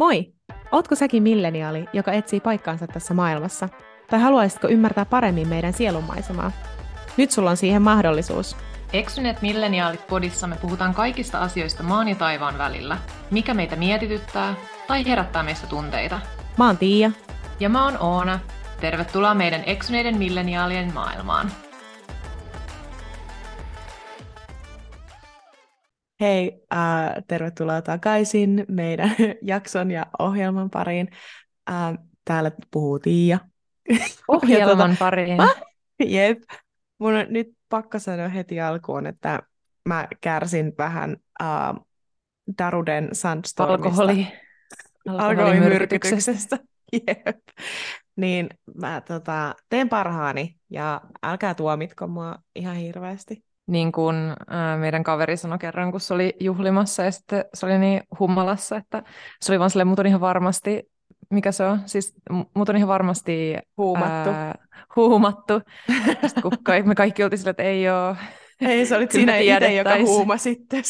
Moi! Ootko säkin milleniaali, joka etsii paikkaansa tässä maailmassa? Tai haluaisitko ymmärtää paremmin meidän sielunmaisemaa? Nyt sulla on siihen mahdollisuus. Eksyneet milleniaalit podissa me puhutaan kaikista asioista maan ja taivaan välillä. Mikä meitä mietityttää tai herättää meistä tunteita. Mä oon Tiia. Ja mä oon Oona. Tervetuloa meidän eksyneiden milleniaalien maailmaan. Hei, tervetuloa takaisin meidän jakson ja ohjelman pariin. Täällä puhuu Tiia. Ohjelman pariin. Jep. Mun on nyt pakko sanoa heti alkuun, että mä kärsin vähän Daruden Sandstormista. Alkoholimyrkytyksestä. Jep. Niin mä teen parhaani ja älkää tuomitko mua ihan hirveästi. Niin kuin meidän kaveri sanoi kerran, kun se oli juhlimassa ja sitten se oli niin humalassa, että se oli vaan silleen, mut on ihan varmasti, mikä se on? Siis mut on ihan varmasti huumattu. Sitten kun me kaikki oltiin silleen, että ei oo. Ei, se olit sinä itse, joka huumasit.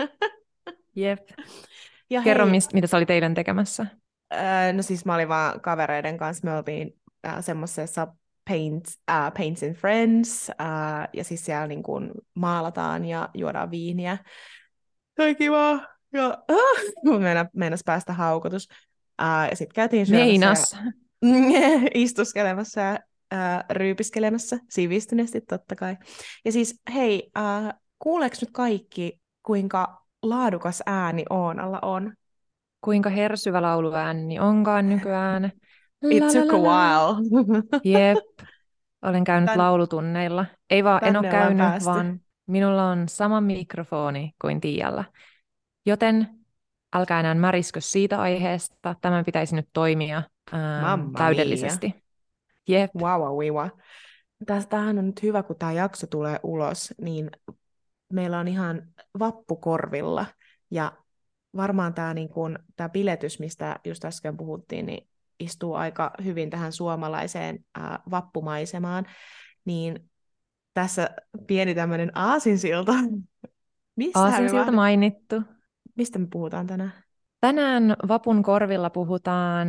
Jep. Ja kerro, mitä sä olit eilen tekemässä. No siis mä olin vaan kavereiden kanssa, me oltiin semmoisessa Paints and Friends, ja siis siellä niin kuin maalataan ja juodaan viiniä. Toi kivaa. Ja meinas päästä haukotus. Ja sitten käytiin syömässä istuskelemassa ja ryypiskelemässä, sivistyneesti totta kai. Ja siis hei, kuuleeko nyt kaikki, kuinka laadukas ääni Oonalla on? Kuinka hersyvä lauluääni onkaan nykyään. It took a while. Jep. Olen käynyt laulutunneilla. En ole käynyt, vaan minulla on sama mikrofoni kuin Tiialla. Joten älkää enää märiskö siitä aiheesta. Tämän pitäisi nyt toimia täydellisesti. Jep. Wow. Tästähän on nyt hyvä, kun tämä jakso tulee ulos, niin meillä on ihan vappukorvilla. Ja varmaan tämä biletys, mistä just äsken puhuttiin, niin istuu aika hyvin tähän suomalaiseen vappumaisemaan, niin tässä pieni tämmöinen aasinsilta. Aasinsilta mainittu. Mistä me puhutaan tänään? Tänään vapun korvilla puhutaan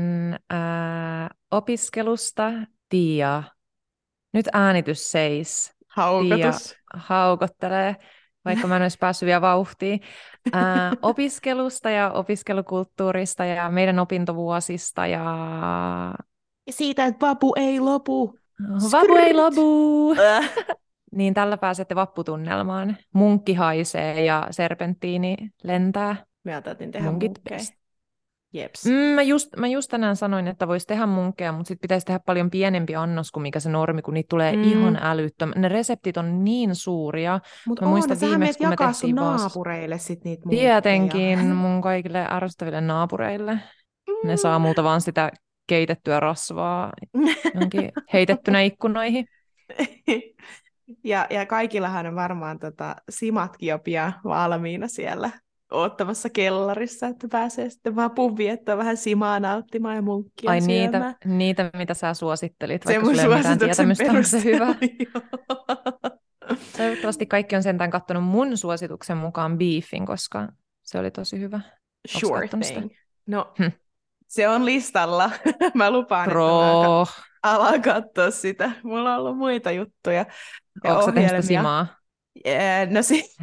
opiskelusta. Tiia, nyt äänitys seis. Haukotus. Tiia haukottelee, vaikka mä en olisi päässyt vielä vauhtiin. Opiskelusta ja opiskelukulttuurista ja meidän opintovuosista ja siitä, että vapu ei lopu. Vapu ei lopu! Niin tällä pääsette vapputunnelmaan. Munkki haisee ja serpenttiini lentää. Me otettiin tehdä munkkeja. Jeps. Mä just tänään sanoin, että voisi tehdä munkkeja, mutta sitten pitäisi tehdä paljon pienempi annos kuin mikä se normi, kun niitä tulee ihan älyttömän. Ne reseptit on niin suuria. Mutta sähän menet jakaa sun naapureille sit niitä munkkeja. Tietenkin mun kaikille ärsyttäville naapureille. Ne saa multa vaan sitä keitettyä rasvaa jonkin heitettynä ikkunoihin. Ja kaikillahan on varmaan simatkin jo pian valmiina siellä oottamassa kellarissa, että pääsee sitten vapun viettoon vähän simaa nauttimaan ja munkkia syömään. Niitä, mitä sä suosittelit, vaikka sulla ei ole mitään tietämystä, on se hyvä. Toivottavasti kaikki on sentään katsonut mun suosituksen mukaan beefin, koska se oli tosi hyvä. Sure thing. No, se on listalla. Mä lupaan, että mä alan katsoa sitä. Mulla on ollut muita juttuja ja onko sä tehnyt sitä simaa? No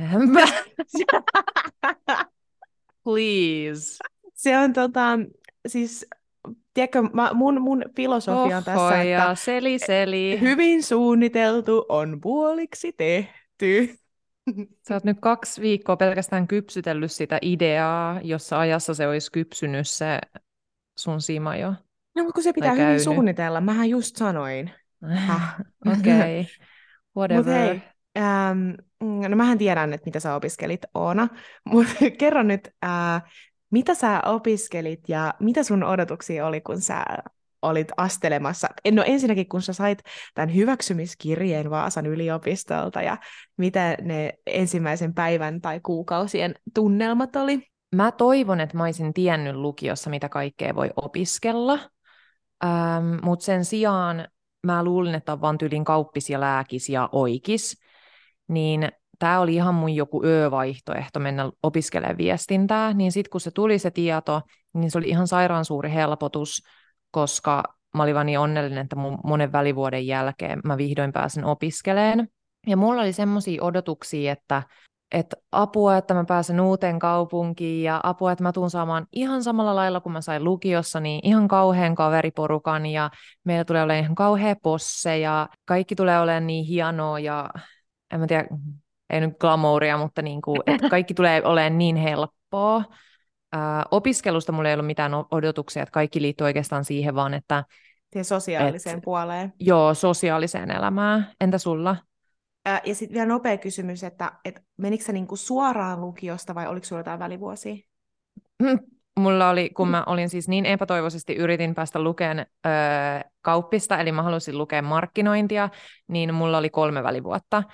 Please. Se on siis, tiedätkö, mun filosofia on tässä, että seli. Hyvin suunniteltu on puoliksi tehty. Sä oot nyt 2 viikkoa pelkästään kypsytellyt sitä ideaa, jossa ajassa se olisi kypsynyt se sun sima jo. No, mutta kun se pitää hyvin suunnitella, mähän just sanoin. Okei, whatever. Mut hei, no mähän tiedän, että mitä sä opiskelit, Oona, mutta kerro nyt, mitä sä opiskelit ja mitä sun odotuksia oli, kun sä olit astelemassa? No ensinnäkin, kun sä sait tämän hyväksymiskirjeen Vaasan yliopistolta ja mitä ne ensimmäisen päivän tai kuukausien tunnelmat oli? Mä toivon, että mä olisin tiennyt lukiossa, mitä kaikkea voi opiskella, mutta sen sijaan mä luulin, että on vaan tyylin kauppis ja lääkis ja oikis, niin tämä oli ihan mun joku vaihtoehto mennä opiskelemaan viestintää, niin sitten kun se tuli se tieto, niin se oli ihan sairaan suuri helpotus, koska mä olin vaan niin onnellinen, että mun monen välivuoden jälkeen mä vihdoin pääsin opiskeleen. Ja mulla oli semmoisia odotuksia, että apua, että mä pääsen uuteen kaupunkiin ja apua, että mä tuun saamaan ihan samalla lailla kuin mä sain lukiossa, niin ihan kauhean kaveriporukan ja meillä tulee olemaan ihan kauhea posse ja kaikki tulee olemaan niin hienoa ja en mä tiedä, ei nyt glamouria, mutta niin kuin, että kaikki tulee olemaan niin helppoa. Opiskelusta mulla ei ollut mitään odotuksia, että kaikki liittyy oikeastaan siihen vaan, että sosiaaliseen puoleen. Joo, sosiaaliseen elämään. Entä sulla? Ja sitten vielä nopea kysymys, että menikö sä niinku suoraan lukiosta vai oliko sulla jotain välivuosia? Mulla oli, kun mä olin siis niin epätoivoisesti yritin päästä lukemaan kauppista, eli mä halusin lukea markkinointia, niin mulla oli 3 välivuotta.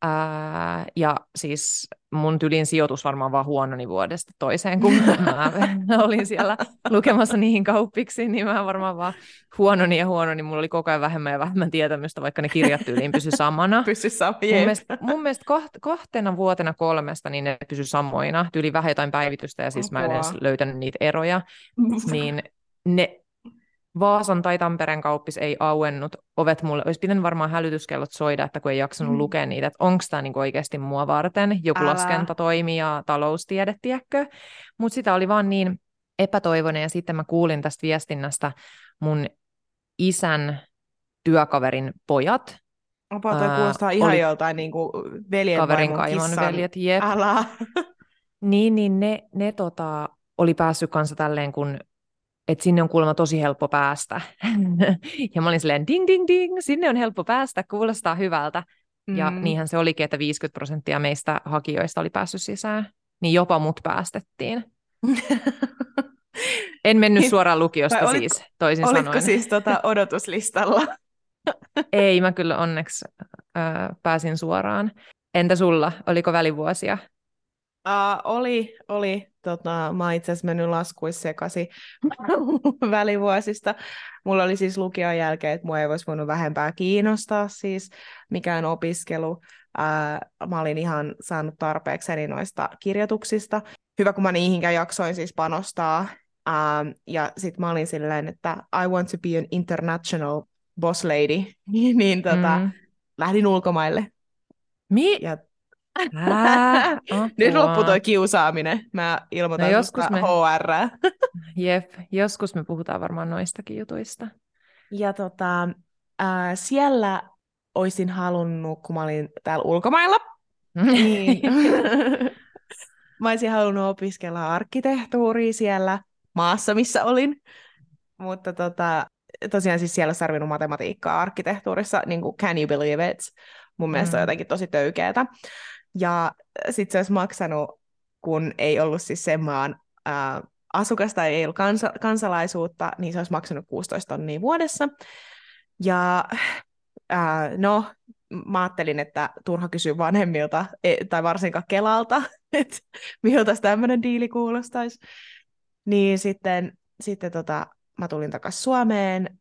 Ja siis mun tylin sijoitus varmaan vaan huononi vuodesta toiseen, kun mä olin siellä lukemassa niihin kauppiksi, niin mä varmaan vaan huononi. Mulla oli koko ajan vähemmän ja vähemmän tietämystä, vaikka ne kirjat tyyliin pysy samana. Mun mielestä 2 vuotena 3 niin ne pysy samoina. Tyyli vähän jotain päivitystä ja siis mä en edes löytänyt niitä eroja. Niin ne Vaasan tai Tampereen kauppis ei auennut ovet mulle. Olisi pitänyt varmaan hälytyskellot soida, että kun ei jaksanut lukea niitä, että onko tämä niinku oikeasti mua varten. Joku laskentatoimi ja taloustiede, tiedätkö? Mutta sitä oli vaan niin epätoivoinen. Ja sitten mä kuulin tästä viestinnästä mun isän työkaverin pojat. Toi kuulostaa ihan joltain niinku veljen kaverin kaimon veljet, jep. Älä. Niin ne oli päässyt kanssa tälleen, kun että sinne on kuulemma tosi helppo päästä. Ja mä olin silleen, ding, ding, ding, sinne on helppo päästä, kuulostaa hyvältä. Ja niinhän se olikin, että 50% meistä hakijoista oli päässyt sisään. Niin jopa mut päästettiin. En mennyt suoraan lukiosta siis, toisin sanoen. Olitko siis odotuslistalla? Ei, mä kyllä onneksi pääsin suoraan. Entä sulla? Oliko välivuosia? Oli. Mä oon itse asiassa mennyt laskuissa sekaisin välivuosista. Mulla oli siis lukion jälkeen, että mua ei voisi voinut vähempää kiinnostaa siis mikään opiskelu. Mä olin ihan saanut tarpeekseni noista kirjoituksista. Hyvä, kun mä niihinkään jaksoin siis panostaa. Ja sit mä olin silleen, että I want to be an international boss lady. niin lähdin ulkomaille. Ja nyt loppui toi kiusaaminen. Mä ilmoitan HR. Jep, joskus me puhutaan varmaan noistakin jutuista. Ja siellä olisin halunnut, kun mä olin täällä ulkomailla, niin mä olisin halunnut opiskella arkkitehtuuria siellä maassa, missä olin. Mutta tosiaan siis siellä olisi tarvinnut matematiikkaa arkkitehtuurissa, niin kuin can you believe it? Mun mielestä on jotenkin tosi töykeätä. Ja sitten se olisi maksanut, kun ei ollut siis sen maan asukasta, ei ollut kansalaisuutta, niin se olisi maksanut 16 000 vuodessa. Ja no, mä ajattelin, että turha kysyä vanhemmilta, tai varsinkaan Kelalta, että miltä tämmöinen diili kuulostaisi. Niin sitten mä tulin takaisin Suomeen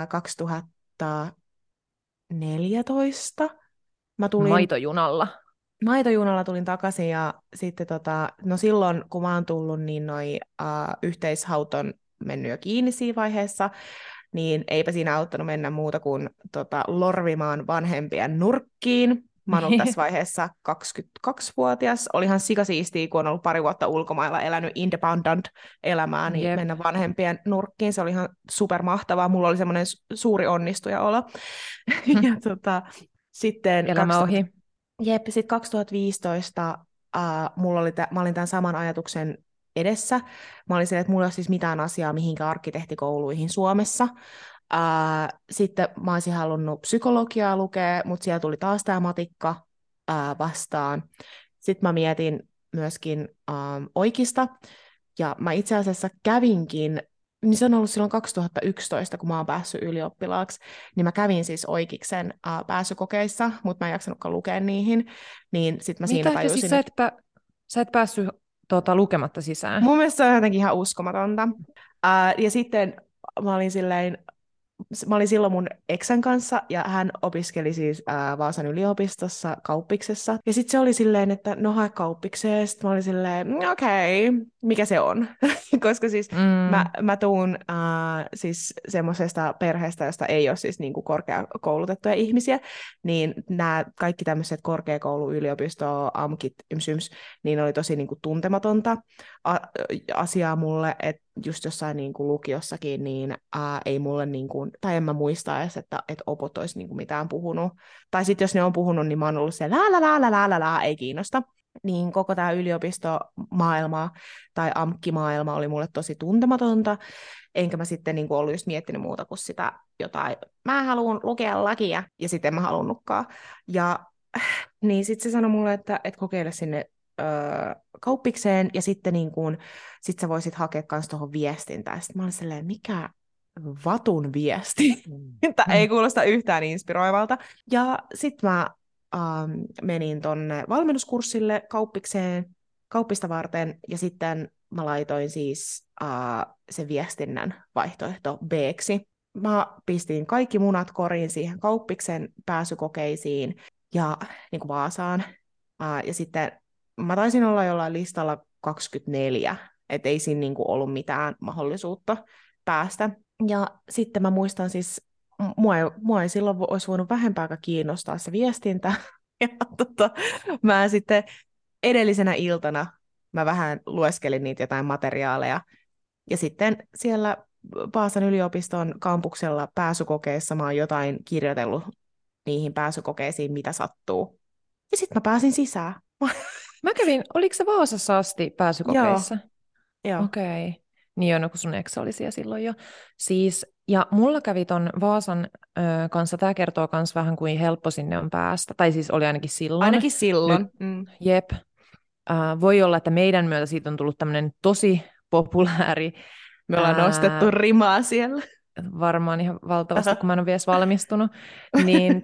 2014. Mä tulin Maitojunalla tulin takaisin ja sitten no silloin kun mä oon tullut, niin noi yhteishaut on mennyt jo kiinni siinä vaiheessa, niin eipä siinä auttanut mennä muuta kuin lorvimaan vanhempien nurkkiin. Mä oon ollut tässä vaiheessa 22-vuotias. Olihan sikasiistiä, kun on ollut pari vuotta ulkomailla elänyt independent-elämää, niin mennä vanhempien nurkkiin. Se oli ihan supermahtavaa. Mulla oli semmoinen suuri onnistuja-olo. Ja sitten elämä ohi. Sitten 2015 mä olin tämän saman ajatuksen edessä. Mä olin silleen, että mulla ei ole siis mitään asiaa mihinkään arkkitehtikouluihin Suomessa. Sitten mä olisin halunnut psykologiaa lukea, mutta siellä tuli taas tämä matikka vastaan. Sitten mä mietin myöskin oikista, ja mä itse asiassa kävinkin, niin se on ollut silloin 2011, kun mä oon päässyt ylioppilaaksi, niin mä kävin siis oikiksen pääsykokeissa, mutta mä en jaksanutkaan lukea niihin, niin sitten mä siinä tajusin. Siis sä et päässyt lukematta sisään? Mun mielestä se on jotenkin ihan uskomatonta. Ja sitten mä olin silleen mä olin silloin mun eksän kanssa, ja hän opiskeli siis Vaasan yliopistossa kauppiksessa. Ja sitten se oli silleen, että no hae kauppikseen, ja sitten mä olin silleen, okei, mikä se on? Koska siis mä tuun siis semmoisesta perheestä, josta ei ole siis niinku korkeakoulutettuja ihmisiä, niin nämä kaikki tämmöiset korkeakoulu, yliopisto, AMKit, niin oli tosi niinku tuntematonta asiaa mulle, että just jossain niinku lukiossakin, niin ei mulle, niinku, tai en mä muista edes, että opot olisi niinku mitään puhunut. Tai sitten jos ne on puhunut, niin mä oon ollut se ei kiinnosta. Niin koko tämä yliopistomaailma tai AMK-maailma oli mulle tosi tuntematonta, enkä mä sitten niinku ollut just miettinyt muuta kuin sitä jotain, mä haluan lukea lakia, ja sitten en mä halunnutkaan. Ja niin sitten se sanoi mulle, että kokeile sinne kauppikseen, ja sitten niin kun, sit sä voisit hakea kans tuohon viestintään. Sitten mä olin silleen, mikä vatun viesti? Tämä ei kuulosta yhtään inspiroivalta. Ja sitten mä menin tonne valmennuskurssille kauppista varten, ja sitten mä laitoin siis sen viestinnän vaihtoehto B-ksi. Mä pistin kaikki munat koriin siihen kauppiksen pääsykokeisiin ja niin kuin Vaasaan. Ja sitten mä taisin olla jollain listalla 24, että ei siinä niin kuin ollut mitään mahdollisuutta päästä. Ja sitten mä muistan siis, mua ei silloin olisi voinut vähempääkään kiinnostaa se viestintä. Ja mä sitten edellisenä iltana mä vähän lueskelin niitä jotain materiaaleja. Ja sitten siellä Vaasan yliopiston kampuksella pääsykokeessa mä oon jotain kirjoitellut niihin pääsykokeisiin, mitä sattuu. Ja sitten mä pääsin sisään. Mä kävin, oliko se Vaasassa asti pääsykokeissa? Joo. Okei. Niin jo, no kun sun ex oli siellä silloin jo. Siis, ja mulla kävi ton Vaasan kanssa, tää kertoo kans vähän kuin helppo sinne on päästä. Tai siis oli ainakin silloin. Ainakin silloin. Nyt, jep. Voi olla, että meidän myötä siitä on tullut tämmönen tosi populääri. Me ollaan nostettu rimaa siellä. Varmaan ihan valtavasti, kun mä en ole vielä valmistunut. Niin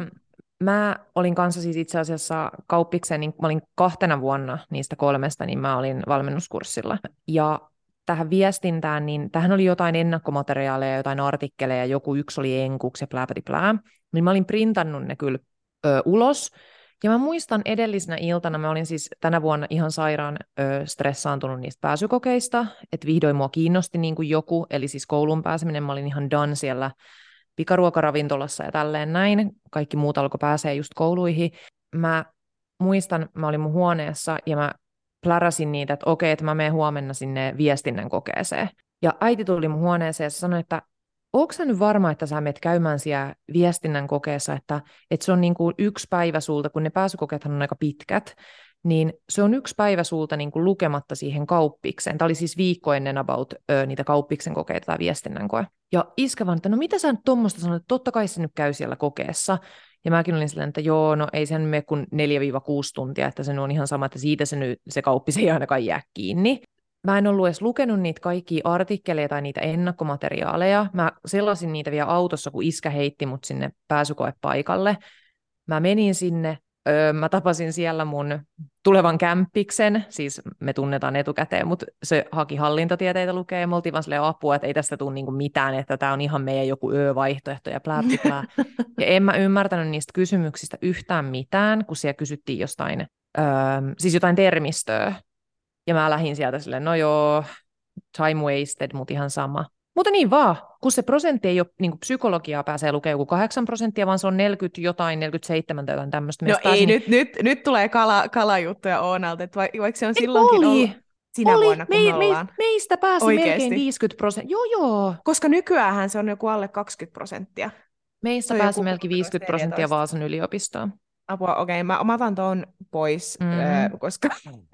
mä olin kanssa siis itse asiassa kauppikseen, niin mä olin 2 vuonna niistä 3, niin mä olin valmennuskurssilla. Ja tähän viestintään, niin tähän oli jotain ennakkomateriaaleja, jotain artikkeleja, yksi oli enkuksi ja plää. Niin mä olin printannut ne kyllä ulos. Ja mä muistan edellisenä iltana, mä olin siis tänä vuonna ihan sairaan stressaantunut niistä pääsykokeista, että vihdoin mua kiinnosti niin kuin joku, eli siis kouluun pääseminen, mä olin ihan done siellä pikaruokaravintolassa ja tälleen näin. Kaikki muut alkoi pääsee just kouluihin. Mä muistan, mä olin mun huoneessa ja mä pläräsin niitä, että okei, että mä menen huomenna sinne viestinnän kokeeseen. Ja äiti tuli mun huoneeseen ja sanoi, että ootko sä nyt varma, että sä menet käymään siellä viestinnän kokeessa, että se on niin kuin 1 päivä sulta, kun ne pääsykokeethan on aika pitkät, niin se on 1 päivä sulta niin kuin lukematta siihen kauppikseen. Tämä oli siis viikko ennen about niitä kauppiksen kokeita tai viestinnän koe. Ja iskä vaan, että no mitä sä nyt tuommoista sanoit, että totta kai se nyt käy siellä kokeessa. Ja mäkin olin silleen, että joo, no ei sen mene kuin 4-6 tuntia, että se on ihan sama, että siitä se kauppis ei ainakaan jää kiinni. Mä en ollut edes lukenut niitä kaikkia artikkeleja tai niitä ennakkomateriaaleja. Mä selasin niitä vielä autossa, kun iskä heitti mut sinne pääsykoepaikalle. Mä menin sinne, mä tapasin siellä mun tulevan kämppiksen, siis me tunnetaan etukäteen, mutta se haki hallintotieteitä lukea, ja me oltiin vaan silleen apua, että ei tästä tule niinku mitään, että tää on ihan meidän joku vaihtoehto ja plää. Ja en mä ymmärtänyt niistä kysymyksistä yhtään mitään, kun siellä kysyttiin jostain, siis jotain termistöä. Ja mä lähdin sieltä silleen, no joo, time wasted, mutta ihan sama. Mutta niin vaan, kun se prosentti ei ole, niin kuin psykologiaa pääsee lukemaan joku 8%, vaan se on 40 jotain, 47 tai jotain tämmöistä. No ei, nyt tulee kalajuttuja Oonalta, että vaikka se on silloinkin ollut sinä vuonna, kun me ollaan. Meistä pääsi oikeasti melkein 50%. Joo. Koska nykyäänhän se on joku alle 20%. Meistä pääsi melkein 50% Vaasan yliopistoon. Apua, okei, mä otan tuon pois, koska...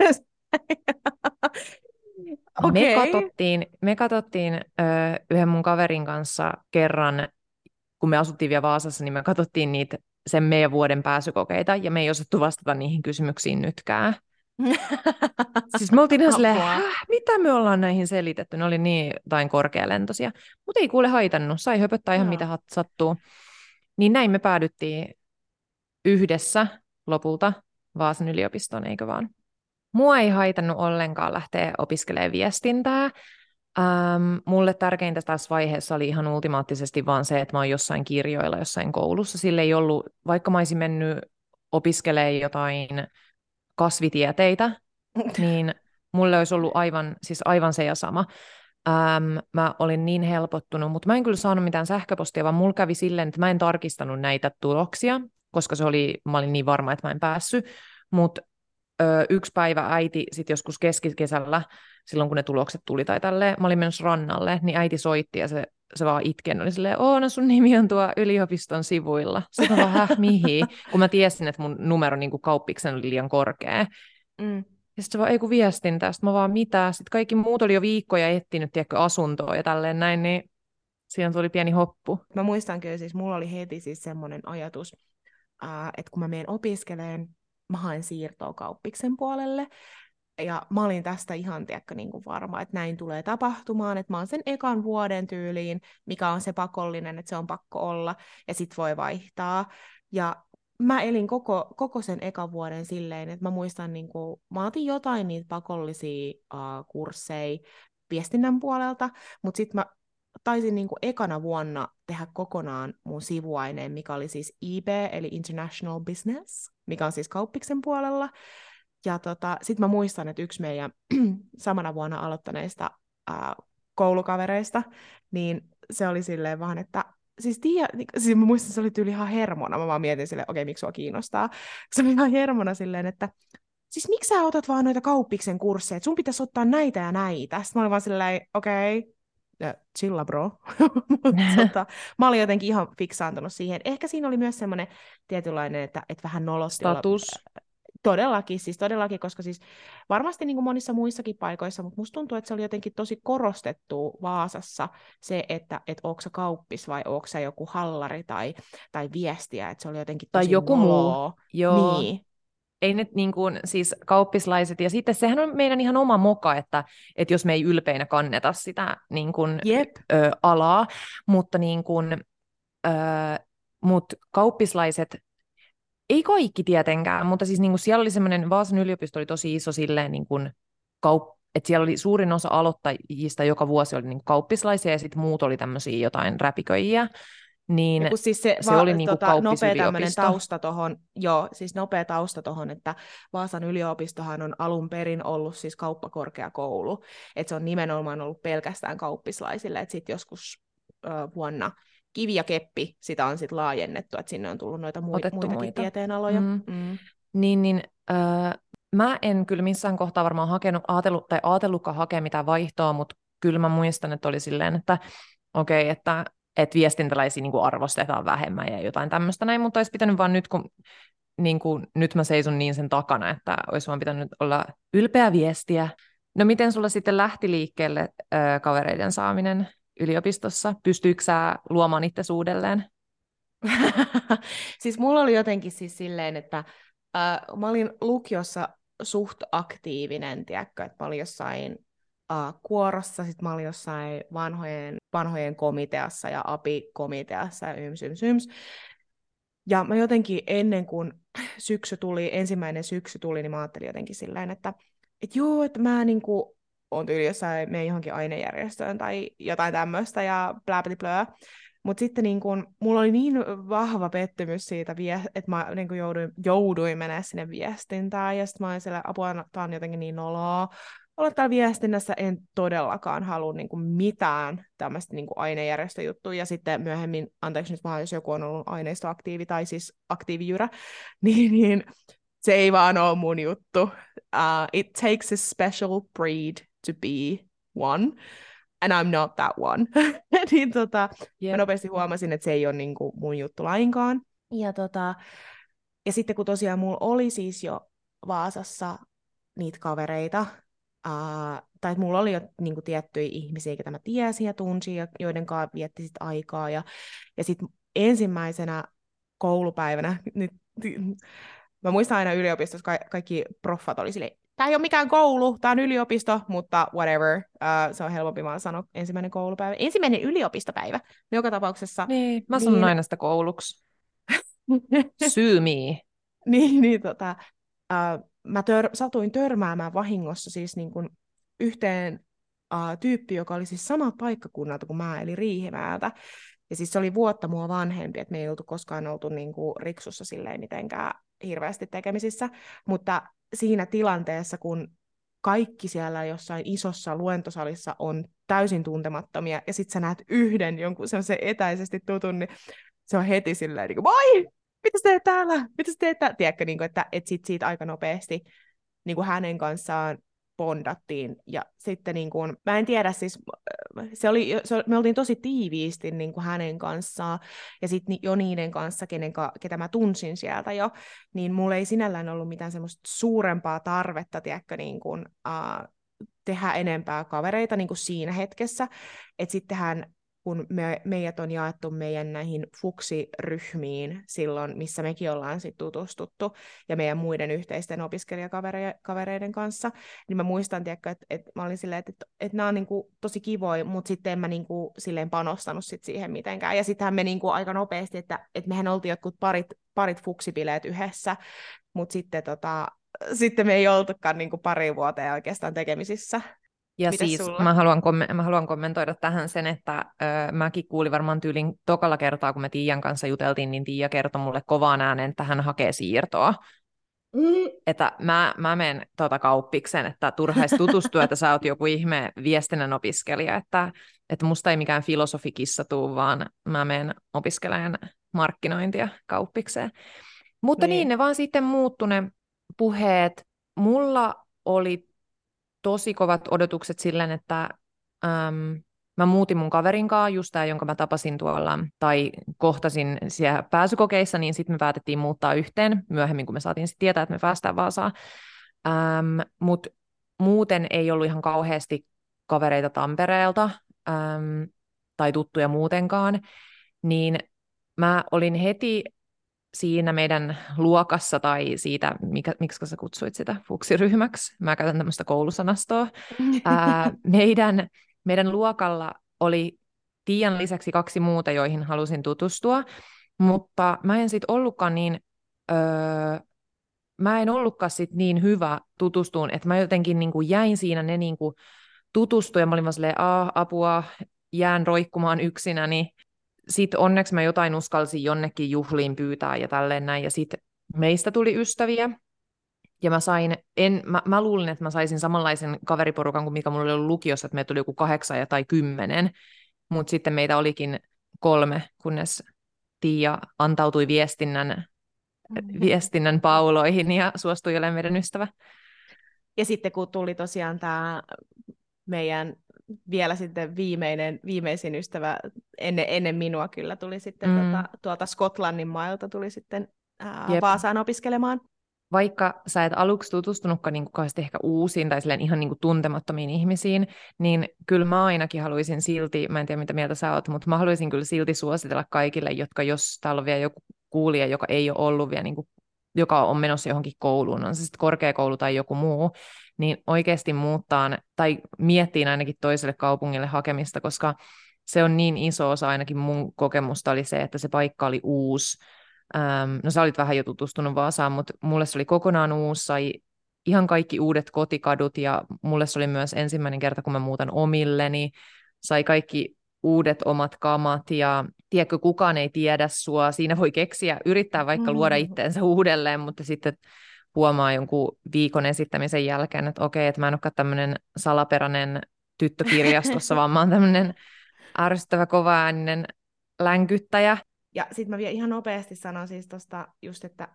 Me katsottiin yhden mun kaverin kanssa kerran, kun me asuttiin vielä Vaasassa, niin me katsottiin niitä sen meidän vuoden pääsykokeita, ja me ei osattu vastata niihin kysymyksiin nytkään. Siis me oltiin ihan silleen, mitä me ollaan näihin selitetty? Ne oli niin tain korkealentoisia. Mutta ei kuule haitannut, sai höpöttää ihan mitä sattuu. Niin näin me päädyttiin yhdessä lopulta Vaasan yliopistoon, eikö vaan? Mua ei haitannut ollenkaan lähteä opiskelemaan viestintää, Mulle tärkeintä tässä vaiheessa oli ihan ultimaattisesti vaan se, että mä oon jossain kirjoilla, jossain koulussa. Sille ei ollut, vaikka mä olisin mennyt opiskelemaan jotain kasvitieteitä, niin mulle olisi ollut aivan se ja sama. Mä olin niin helpottunut, mutta mä en kyllä saanut mitään sähköpostia, vaan mulla kävi silleen, että mä en tarkistanut näitä tuloksia, koska mä olin niin varma, että mä en päässyt. Mutta yksi päivä äiti sitten joskus keskikesällä, silloin kun ne tulokset tuli tai tälleen, mä olin menossa rannalle, niin äiti soitti ja se vaan itken, oli silleen, no sun nimi on tuo yliopiston sivuilla. Sitten mä vaan, mihin? Kun mä tiesin, että mun numero niin kuin kauppiksen oli liian korkea. Mm. Ja sitten se vaan, ei kun viestin tästä, mä vaan mitä. Sitten kaikki muut oli jo viikkoja etsinyt, tiedätkö, asuntoa ja tälleen näin, niin siinä tuli pieni hoppu. Mä muistan kyllä, siis mulla oli heti siis semmoinen ajatus, että kun mä menen opiskeleen, mä haen siirtoa kauppiksen puolelle. Ja mä olin tästä ihan niin kuin varma, että näin tulee tapahtumaan, että mä oon sen ekan vuoden tyyliin, mikä on se pakollinen, että se on pakko olla, ja sit voi vaihtaa. Ja mä elin koko sen ekan vuoden silleen, että mä muistan, niin kuin, mä otin jotain niitä pakollisia kursseja viestinnän puolelta, mutta sitten mä taisin niin kuin ekana vuonna tehdä kokonaan mun sivuaineen, mikä oli siis IB, eli International Business, mikä on siis kauppiksen puolella. Ja sitten mä muistan, että yksi meidän samana vuonna aloittaneista koulukavereista, niin se oli silleen vaan, että siis mä muistan, että se oli tyyli ihan hermona. Mä vaan mietin silleen, okei, miksi sua kiinnostaa. Se oli ihan hermona silleen, että siis miksi sä otat vaan noita kauppiksen kursseja, sun pitäisi ottaa näitä ja näitä. Sitten mä olin vaan silleen, okei, chilla bro. Mutta mä olin jotenkin ihan fiksaantunut siihen. Ehkä siinä oli myös semmoinen tietynlainen, että vähän nolosti status. Todellakin, koska siis varmasti niin kuin monissa muissakin paikoissa, mutta musta tuntuu, että se oli jotenkin tosi korostettu Vaasassa se, että onko sä kauppis vai onko sä joku hallari tai viestiä, että se oli jotenkin tosi tai joku noloa. Muu. Joo. Niin. Ei ne niin kuin, siis kauppislaiset, ja sitten sehän on meidän ihan oma moka, että jos me ei ylpeinä kanneta sitä niin kuin, alaa, mutta niin kuin, kauppislaiset, ei kaikki tietenkään, mutta siis niin kuin siellä oli semmoinen, Vaasan yliopisto oli tosi iso silleen, niin kuin, että siellä oli suurin osa aloittajista joka vuosi oli niin kuin kauppislaisia, ja sitten muut oli tämmöisiä jotain räpiköjiä. Niin siis se oli niinku nopea tausta tohon, että Vaasan yliopistohan on alun perin ollut siis kauppakorkeakoulu, että se on nimenomaan ollut pelkästään kauppislaisille, että sitten joskus vuonna Kivi ja Keppi sitä on sitten laajennettu, että sinne on tullut noita muitakin tieteenaloja. Niin, mä en kyllä missään kohtaa varmaan ajatellutkaan hakea mitään vaihtoa, mutta kyllä mä muistan, että oli silleen, että okei, että viestintäläisiä niin kuin arvostetaan vähemmän ja jotain tämmöistä näin, mutta olisi pitänyt vaan nyt, kun niin kuin, nyt mä seison niin sen takana, että olisi vaan pitänyt olla ylpeä viestiä. No miten sulla sitten lähti liikkeelle kavereiden saaminen yliopistossa? Pystyykö sä luomaan itse uudelleen? Siis mulla oli jotenkin siis silleen, että mä olin lukiossa suht aktiivinen, tiedätkö, että mä olin jossain kuorossa, sitten mä olin jossain vanhojen komiteassa ja API-komiteassa ja yms. Ja mä jotenkin ennen kuin ensimmäinen syksy tuli, niin mä ajattelin jotenkin silleen, että joo, että mä niinku on tyyli jossain meidän johonkin ainejärjestöön tai jotain tämmöistä ja blää. Mutta sitten niin kun, mulla oli niin vahva pettymys siitä, että mä niin kun jouduin menemään sinne viestintään, ja sitten mä olin siellä, apua, tää on jotenkin niin noloa. Olla täällä viestinnässä, en todellakaan halua niin kuin mitään tämmöistä niin kuin ainejärjestöjuttua, ja sitten myöhemmin, anteeksi nyt vaan, jos joku on ollut aineistoaktiivi tai siis aktiivijyrä, niin se ei vaan ole mun juttu. It takes a special breed to be one, and I'm not that one. Niin mä nopeasti huomasin, että se ei ole niin kuin mun juttu lainkaan. Ja sitten kun tosiaan mulla oli siis jo Vaasassa niitä kavereita, tai mulla oli jo niin kuin, tiettyjä ihmisiä, ketä mä tiesin ja tunsin, ja joiden kanssa vietti sit aikaa. Ja sitten ensimmäisenä koulupäivänä, mä muistan aina yliopistossa, kaikki proffat oli silleen, tää ei ole mikään koulu, tää on yliopisto, mutta whatever, se on helpompi vaan sanoa ensimmäinen koulupäivä. Ensimmäinen yliopistopäivä, joka tapauksessa. Niin, mä sanon aina sitä kouluksi. Syymi. Mä satuin törmäämään vahingossa siis niin kuin yhteen tyyppi, joka oli siis samalta paikkakunnalta kuin mä, eli Riihimäeltä. Ja siis se oli vuotta mua vanhempi, että me ei oltu koskaan oltu niinku riksussa silleen mitenkään hirveästi tekemisissä. Mutta siinä tilanteessa, kun kaikki siellä jossain isossa luentosalissa on täysin tuntemattomia, ja sit sä näet yhden jonkun semmoisen etäisesti tutun, niin se on heti silleen, niin kuin, moi, mitä sä teet täällä? Mitä sä teet täällä? Tiedätkö, niin kuin, että sit siitä aika nopeasti niin kuin hänen kanssaan bondattiin. Ja sitten, niin kuin, mä en tiedä, siis me oltiin tosi tiiviisti niin kuin hänen kanssaan, ja sitten jo niiden kanssa, ketä mä tunsin sieltä jo, niin mulla ei sinällään ollut mitään semmoista suurempaa tarvetta, tiedätkö, niin kuin, tehdä enempää kavereita niin kuin siinä hetkessä. Että sittenhän kun meidät on jaettu meidän näihin fuksiryhmiin silloin, missä mekin ollaan sit tutustuttu, ja meidän muiden yhteisten opiskelijakavereiden kanssa, niin mä muistan, että mä olin silleen, että nämä on niinku tosi kivoja, mutta sitten en mä niinku silleen panostanut siihen mitenkään. Ja sittenhän me niinku aika nopeasti, että mehän oltiin jotkut parit fuksibileet yhdessä, mutta sitten me ei oltukaan niinku pari vuoteen oikeastaan tekemisissä. Ja Mites siis sulla? mä haluan kommentoida tähän sen, että mäkin kuulin varmaan tyylin tokalla kertaa, kun me Tiian kanssa juteltiin, niin Tiia kertoi mulle kovaan ääneen, että hän hakee siirtoa. Että mä menen kauppiksen, että turhaisi tutustua, että sä oot joku ihme viestinnän opiskelija, että musta ei mikään filosofikissa tuu, vaan mä menen opiskelemaan markkinointia kauppikseen. Mutta niin, ne vaan sitten muuttu ne puheet. Mulla oli tosi kovat odotukset silleen, että mä muutin mun kaverin kanssa, just tämä, jonka mä tapasin tuolla, tai kohtasin siellä pääsykokeissa, niin sitten me päätettiin muuttaa yhteen myöhemmin, kun me saatiin sitten tietää, että me päästään Vaasaan. Mutta muuten ei ollut ihan kauheasti kavereita Tampereelta tai tuttuja muutenkaan, niin mä olin heti siinä meidän luokassa tai siitä, miksi sä kutsuit sitä fuksiryhmäksi, mä käytän tämmöistä koulusanastoa, meidän luokalla oli Tiian lisäksi 2 muuta, joihin halusin tutustua, mutta mä en sitten ollutkaan niin hyvä tutustuun, että mä jotenkin niinku jäin siinä, ne niinku tutustui ja mä olin vaan silleen, apua, jään roikkumaan yksinäni. Sitten onneksi mä jotain uskalsin jonnekin juhliin pyytää ja tälleen näin, ja sitten meistä tuli ystäviä, ja mä luulin, että mä saisin samanlaisen kaveriporukan kuin mikä mulla oli ollut lukiossa, että meitä tuli joku 8 tai 10, mutta sitten meitä olikin 3, kunnes Tiia antautui viestinnän pauloihin ja suostui olemaan meidän ystävä. Ja sitten kun tuli tosiaan tämä meidän vielä sitten viimeisin ystävä, ennen minua kyllä tuli sitten tuolta Skotlannin mailta tuli sitten Vaasaan opiskelemaan. Vaikka sä et aluksi tutustunutkaan niin ehkä uusiin tai ihan niin tuntemattomiin ihmisiin, niin kyllä mä ainakin haluaisin silti, mä en tiedä mitä mieltä sä oot, mutta mä haluaisin kyllä silti suositella kaikille, jotka jos täällä on vielä joku kuulija, joka ei ole ollut vielä, niin kuin, joka on menossa johonkin kouluun, on se sitten korkeakoulu tai joku muu, niin oikeasti muuttaa tai miettii ainakin toiselle kaupungille hakemista, koska se on niin iso osa, ainakin mun kokemusta oli se, että se paikka oli uusi. No sä olit vähän jo tutustunut Vaasaan, mutta mulle se oli kokonaan uusi, sai ihan kaikki uudet kotikadut ja mulle se oli myös ensimmäinen kerta, kun mä muutan omilleni, sai kaikki uudet omat kamat ja tiedätkö, kukaan ei tiedä sua, siinä voi keksiä, yrittää vaikka luoda itteensä uudelleen, mutta sitten huomaa jonkun viikon esittämisen jälkeen, että okei, että mä en olekaan tämmöinen salaperäinen tyttökirjastossa, vaan mä oon tämmöinen ärsyttävä kovaääninen länkyttäjä. Ja sitten mä vielä ihan nopeasti sanon siis tuosta just, että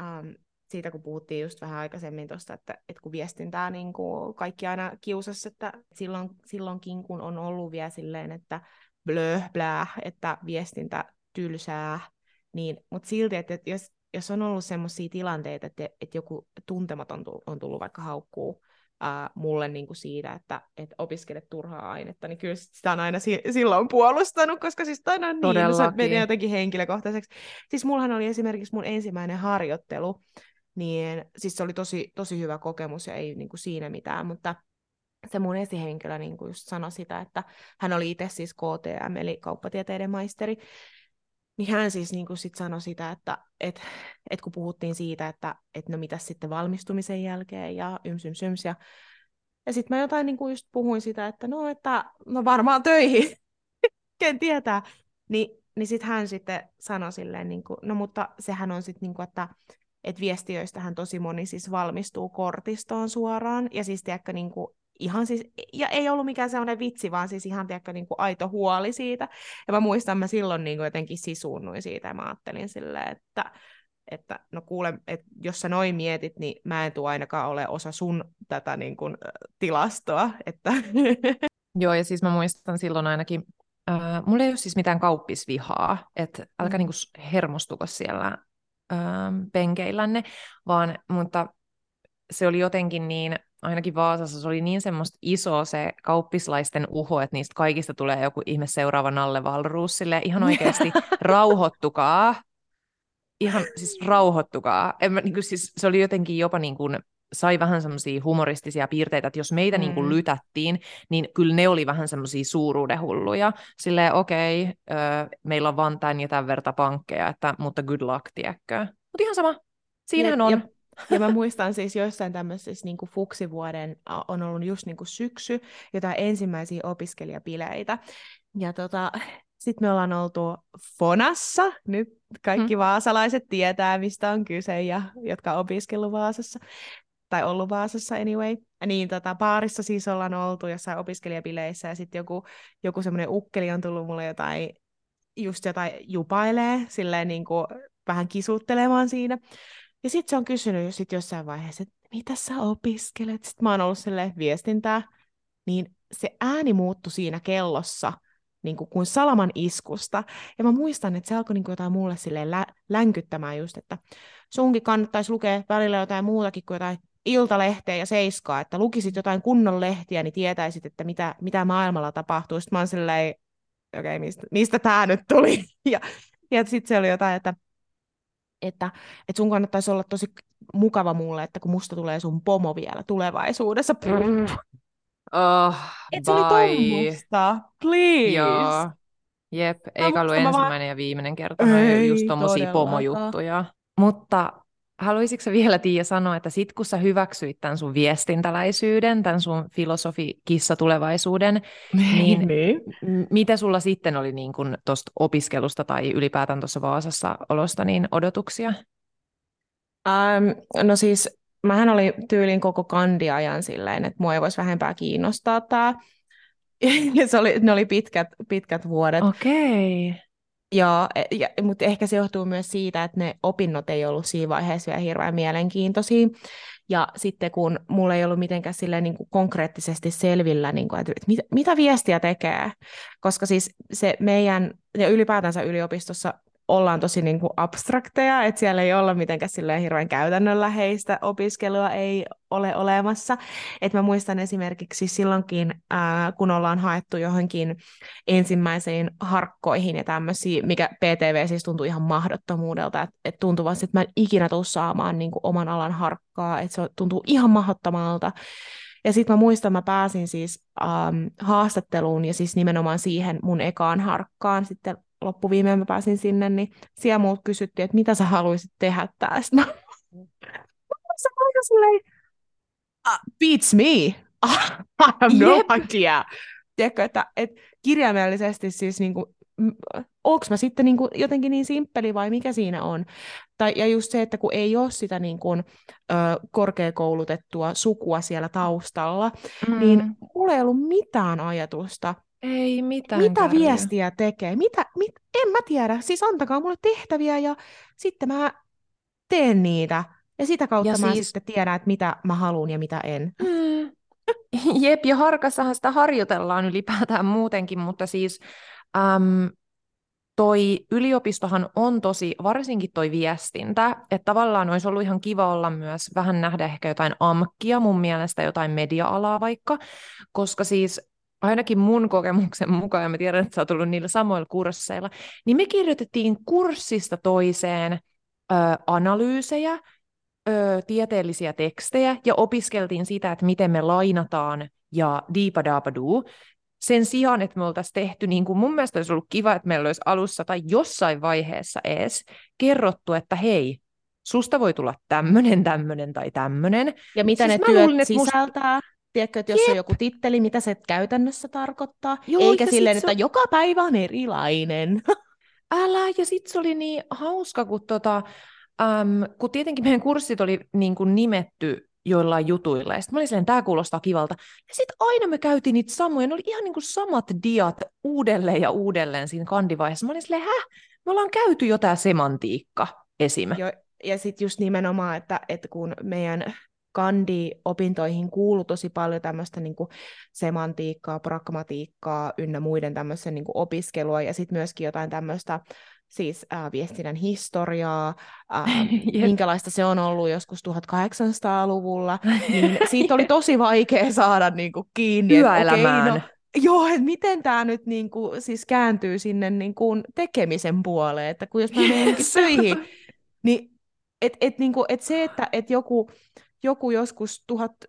siitä kun puhuttiin just vähän aikaisemmin tuosta, että kun viestintää niin kuin kaikki aina kiusassa, että silloinkin kun on ollut vielä silleen, että blää, että viestintä tylsää, niin, mutta silti, että jos on ollut semmoisia tilanteita, että joku tuntematon on tullut vaikka haukkuu mulle niin kuin siitä, että opiskelet turhaa ainetta, niin kyllä sitä on aina silloin puolustanut, koska siis aina niin, se meni jotenkin henkilökohtaiseksi. Siis mullahan oli esimerkiksi mun ensimmäinen harjoittelu, niin siis se oli tosi, tosi hyvä kokemus ja ei niin kuin siinä mitään, mutta se mun esihenkilö niin kuin just sanoi sitä, että hän oli itse siis KTM, eli kauppatieteiden maisteri, niin hän siis niin kuin sit sanoi sitä, että kun puhuttiin siitä, että no mitäs sitten valmistumisen jälkeen ja yms, ja Ja sitten mä jotain niin kuin just puhuin sitä, että no varmaan töihin, ken tietää. Niin sitten hän sitten sanoi silleen, niin kuin, no mutta sehän on sitten, niin kuin, että viestiöistähän tosi moni siis valmistuu kortistoon suoraan. Ja siis tiedätkö, niin kuin, ihan siis, ja ei ollut mikään sellainen vitsi, vaan siis ihan tiedätkö, niin kuin aito huoli siitä. Ja mä muistan, mä silloin niin kuin jotenkin sisuunnuin siitä ja mä ajattelin silleen, että no kuule, että jos sä noin mietit, niin mä en tule ainakaan ole osa sun tätä niin kuin, tilastoa. Että Joo, ja siis mä muistan silloin ainakin, mulla ei ole siis mitään kauppisvihaa, että älkää niinku hermostuko siellä penkeillänne, mutta se oli jotenkin niin, ainakin Vaasassa se oli niin semmoista iso se kauppislaisten uho, että niistä kaikista tulee joku ihme seuraava Nalle Wahlroos, silleen ihan oikeasti rauhoittukaa. Ihan siis rauhoittukaa. Siis, se oli jotenkin jopa niin kuin, sai vähän semmoisia humoristisia piirteitä, että jos meitä niin kuin lytättiin, niin kyllä ne oli vähän semmoisia suuruudenhulluja. Silleen okei, meillä on vaan tän ja tämän verta pankkeja, mutta good luck, tiedätkö. Mutta ihan sama, siinähän on. Ja mä muistan siis joissain tämmöisissä niin kuin fuksivuoden on ollut just niin kuin syksy, jotain ensimmäisiä opiskelijapileitä. Ja sitten me ollaan oltu Fonassa, nyt kaikki vaasalaiset tietää, mistä on kyse, ja jotka on opiskellut Vaasassa, tai ollut Vaasassa anyway. Niin baarissa siis ollaan oltu jossain opiskelijapileissä, ja sitten joku semmoinen ukkeli on tullut mulle jotain jupailee, silleen niin kuin vähän kisuttelemaan siinä. Ja sitten se on kysynyt sit jossain vaiheessa, että mitä sä opiskelet? Sitten mä oon ollut silleen viestintää, niin se ääni muuttui siinä kellossa, niin kuin salaman iskusta. Ja mä muistan, että se alkoi niin kuin jotain mulle silleen länkyttämään just, että sunkin kannattaisi lukea välillä jotain muutakin kuin jotain Iltalehteä ja Seiskaa, että lukisit jotain kunnon lehtiä, niin tietäisit, että mitä maailmalla tapahtuu. Sitten mä oon silleen, okei, mistä tää nyt tuli? Ja sitten se oli jotain, että sun kannattaisi olla tosi mukava mulle, että kun musta tulee sun pomo vielä tulevaisuudessa. Et se oli tommoista, please. Joo. Jep, eikä ollut ensimmäinen ja viimeinen kerta, noin just tommosia pomojuttuja. Mutta haluaisitko vielä, Tiia, sanoa, että sit kun sä hyväksyit tämän sun viestintäläisyyden, tämän sun filosofi-kissatulevaisuuden, niin mitä sulla sitten oli niin kun tuosta opiskelusta tai ylipäätään tuossa Vaasassa olosta niin odotuksia? No siis, mähän olin tyylin koko kandiajan silleen, että mua ei voisi vähempää kiinnostaa tää. Ne oli pitkät vuodet. Okei. Mutta ehkä se johtuu myös siitä, että ne opinnot ei ollut siinä vaiheessa vielä hirveän mielenkiintoisia. Ja sitten kun mulla ei ollut mitenkään silleen, niin kuin konkreettisesti selvillä, niin kuin, että mitä viestiä tekee. Koska siis se meidän, ja ylipäätänsä yliopistossa ollaan tosi niin kuin abstrakteja, että siellä ei olla mitenkään silleen hirveän käytännönläheistä opiskelua ei ole olemassa. Et mä muistan esimerkiksi silloinkin, kun ollaan haettu johonkin ensimmäisiin harkkoihin ja tämmöisiä, mikä PTV siis tuntui ihan mahdottomuudelta, että tuntui vaan, että mä en ikinä tule saamaan niin kuin oman alan harkkaa, että se tuntuu ihan mahdottomalta. Ja sitten mä muistan, mä pääsin siis haastatteluun ja siis nimenomaan siihen mun ekaan harkkaan sitten loppuviimeen mä pääsin sinne, niin siellä multa kysyttiin, että mitä sä haluaisit tehdä tästä. Mä olin silleen, beats me. I have no idea. Tiedätkö, että kirjaimellisesti siis niinku, onko mä sitten niinku jotenkin niin simppeli vai mikä siinä on? Ja just se, että kun ei ole sitä niinku, korkeakoulutettua sukua siellä taustalla, niin mulla ei ollut mitään ajatusta, ei mitään mitä kärryä. Viestiä tekee? En mä tiedä. Siis antakaa mulle tehtäviä ja sitten mä teen niitä. Ja sitä kautta ja mä siis sitten tiedän, että mitä mä haluan ja mitä en. Jep, ja harkassahan sitä harjoitellaan ylipäätään muutenkin, mutta siis toi yliopistohan on tosi, varsinkin toi viestintä, että tavallaan olisi ollut ihan kiva olla myös vähän nähdä ehkä jotain amkkia, mun mielestä jotain media-alaa vaikka, koska siis ainakin mun kokemuksen mukaan, ja mä tiedän, että sä oot ollut niillä samoilla kursseilla, niin me kirjoitettiin kurssista toiseen analyysejä, tieteellisiä tekstejä, ja opiskeltiin sitä, että miten me lainataan, ja diipadaapaduu. Sen sijaan, että me oltaisiin tehty, niin kuin mun mielestä olisi ollut kiva, että meillä olisi alussa tai jossain vaiheessa edes kerrottu, että hei, susta voi tulla tämmönen tai tämmönen. Ja mitä siis ne työt sisältää. Tiedätkö, että jos on joku titteli, mitä se käytännössä tarkoittaa, Joo, eikä silleen, että joka päivä on erilainen. Älä, ja sitten se oli niin hauska, kun tietenkin meidän kurssit oli niin kuin nimetty joillain jutuilla, ja sitten mä olin silleen, tää kuulostaa kivalta. Ja sitten aina me käytiin niitä samoja, ne oli ihan niin kuin samat diat uudelleen ja uudelleen siinä kandivaiheessa. Mä olin silleen, me ollaan käyty jo tää semantiikka esim. Ja sitten just nimenomaan, että kun meidän kandi-opintoihin kuului tosi paljon tämmöistä niinku semantiikkaa, pragmatiikkaa ynnä muiden tämmöisen niinku opiskelua, ja sitten myöskin jotain tämmöistä siis viestinnän historiaa, minkälaista se on ollut joskus 1800-luvulla, niin siitä oli tosi vaikea saada niinku kiinni, että okei, no, joo, että miten tämä nyt niinku, siis kääntyy sinne niinku tekemisen puoleen, että kun jos mä menen johonkin töihin, niin niinku, se, että joku joskus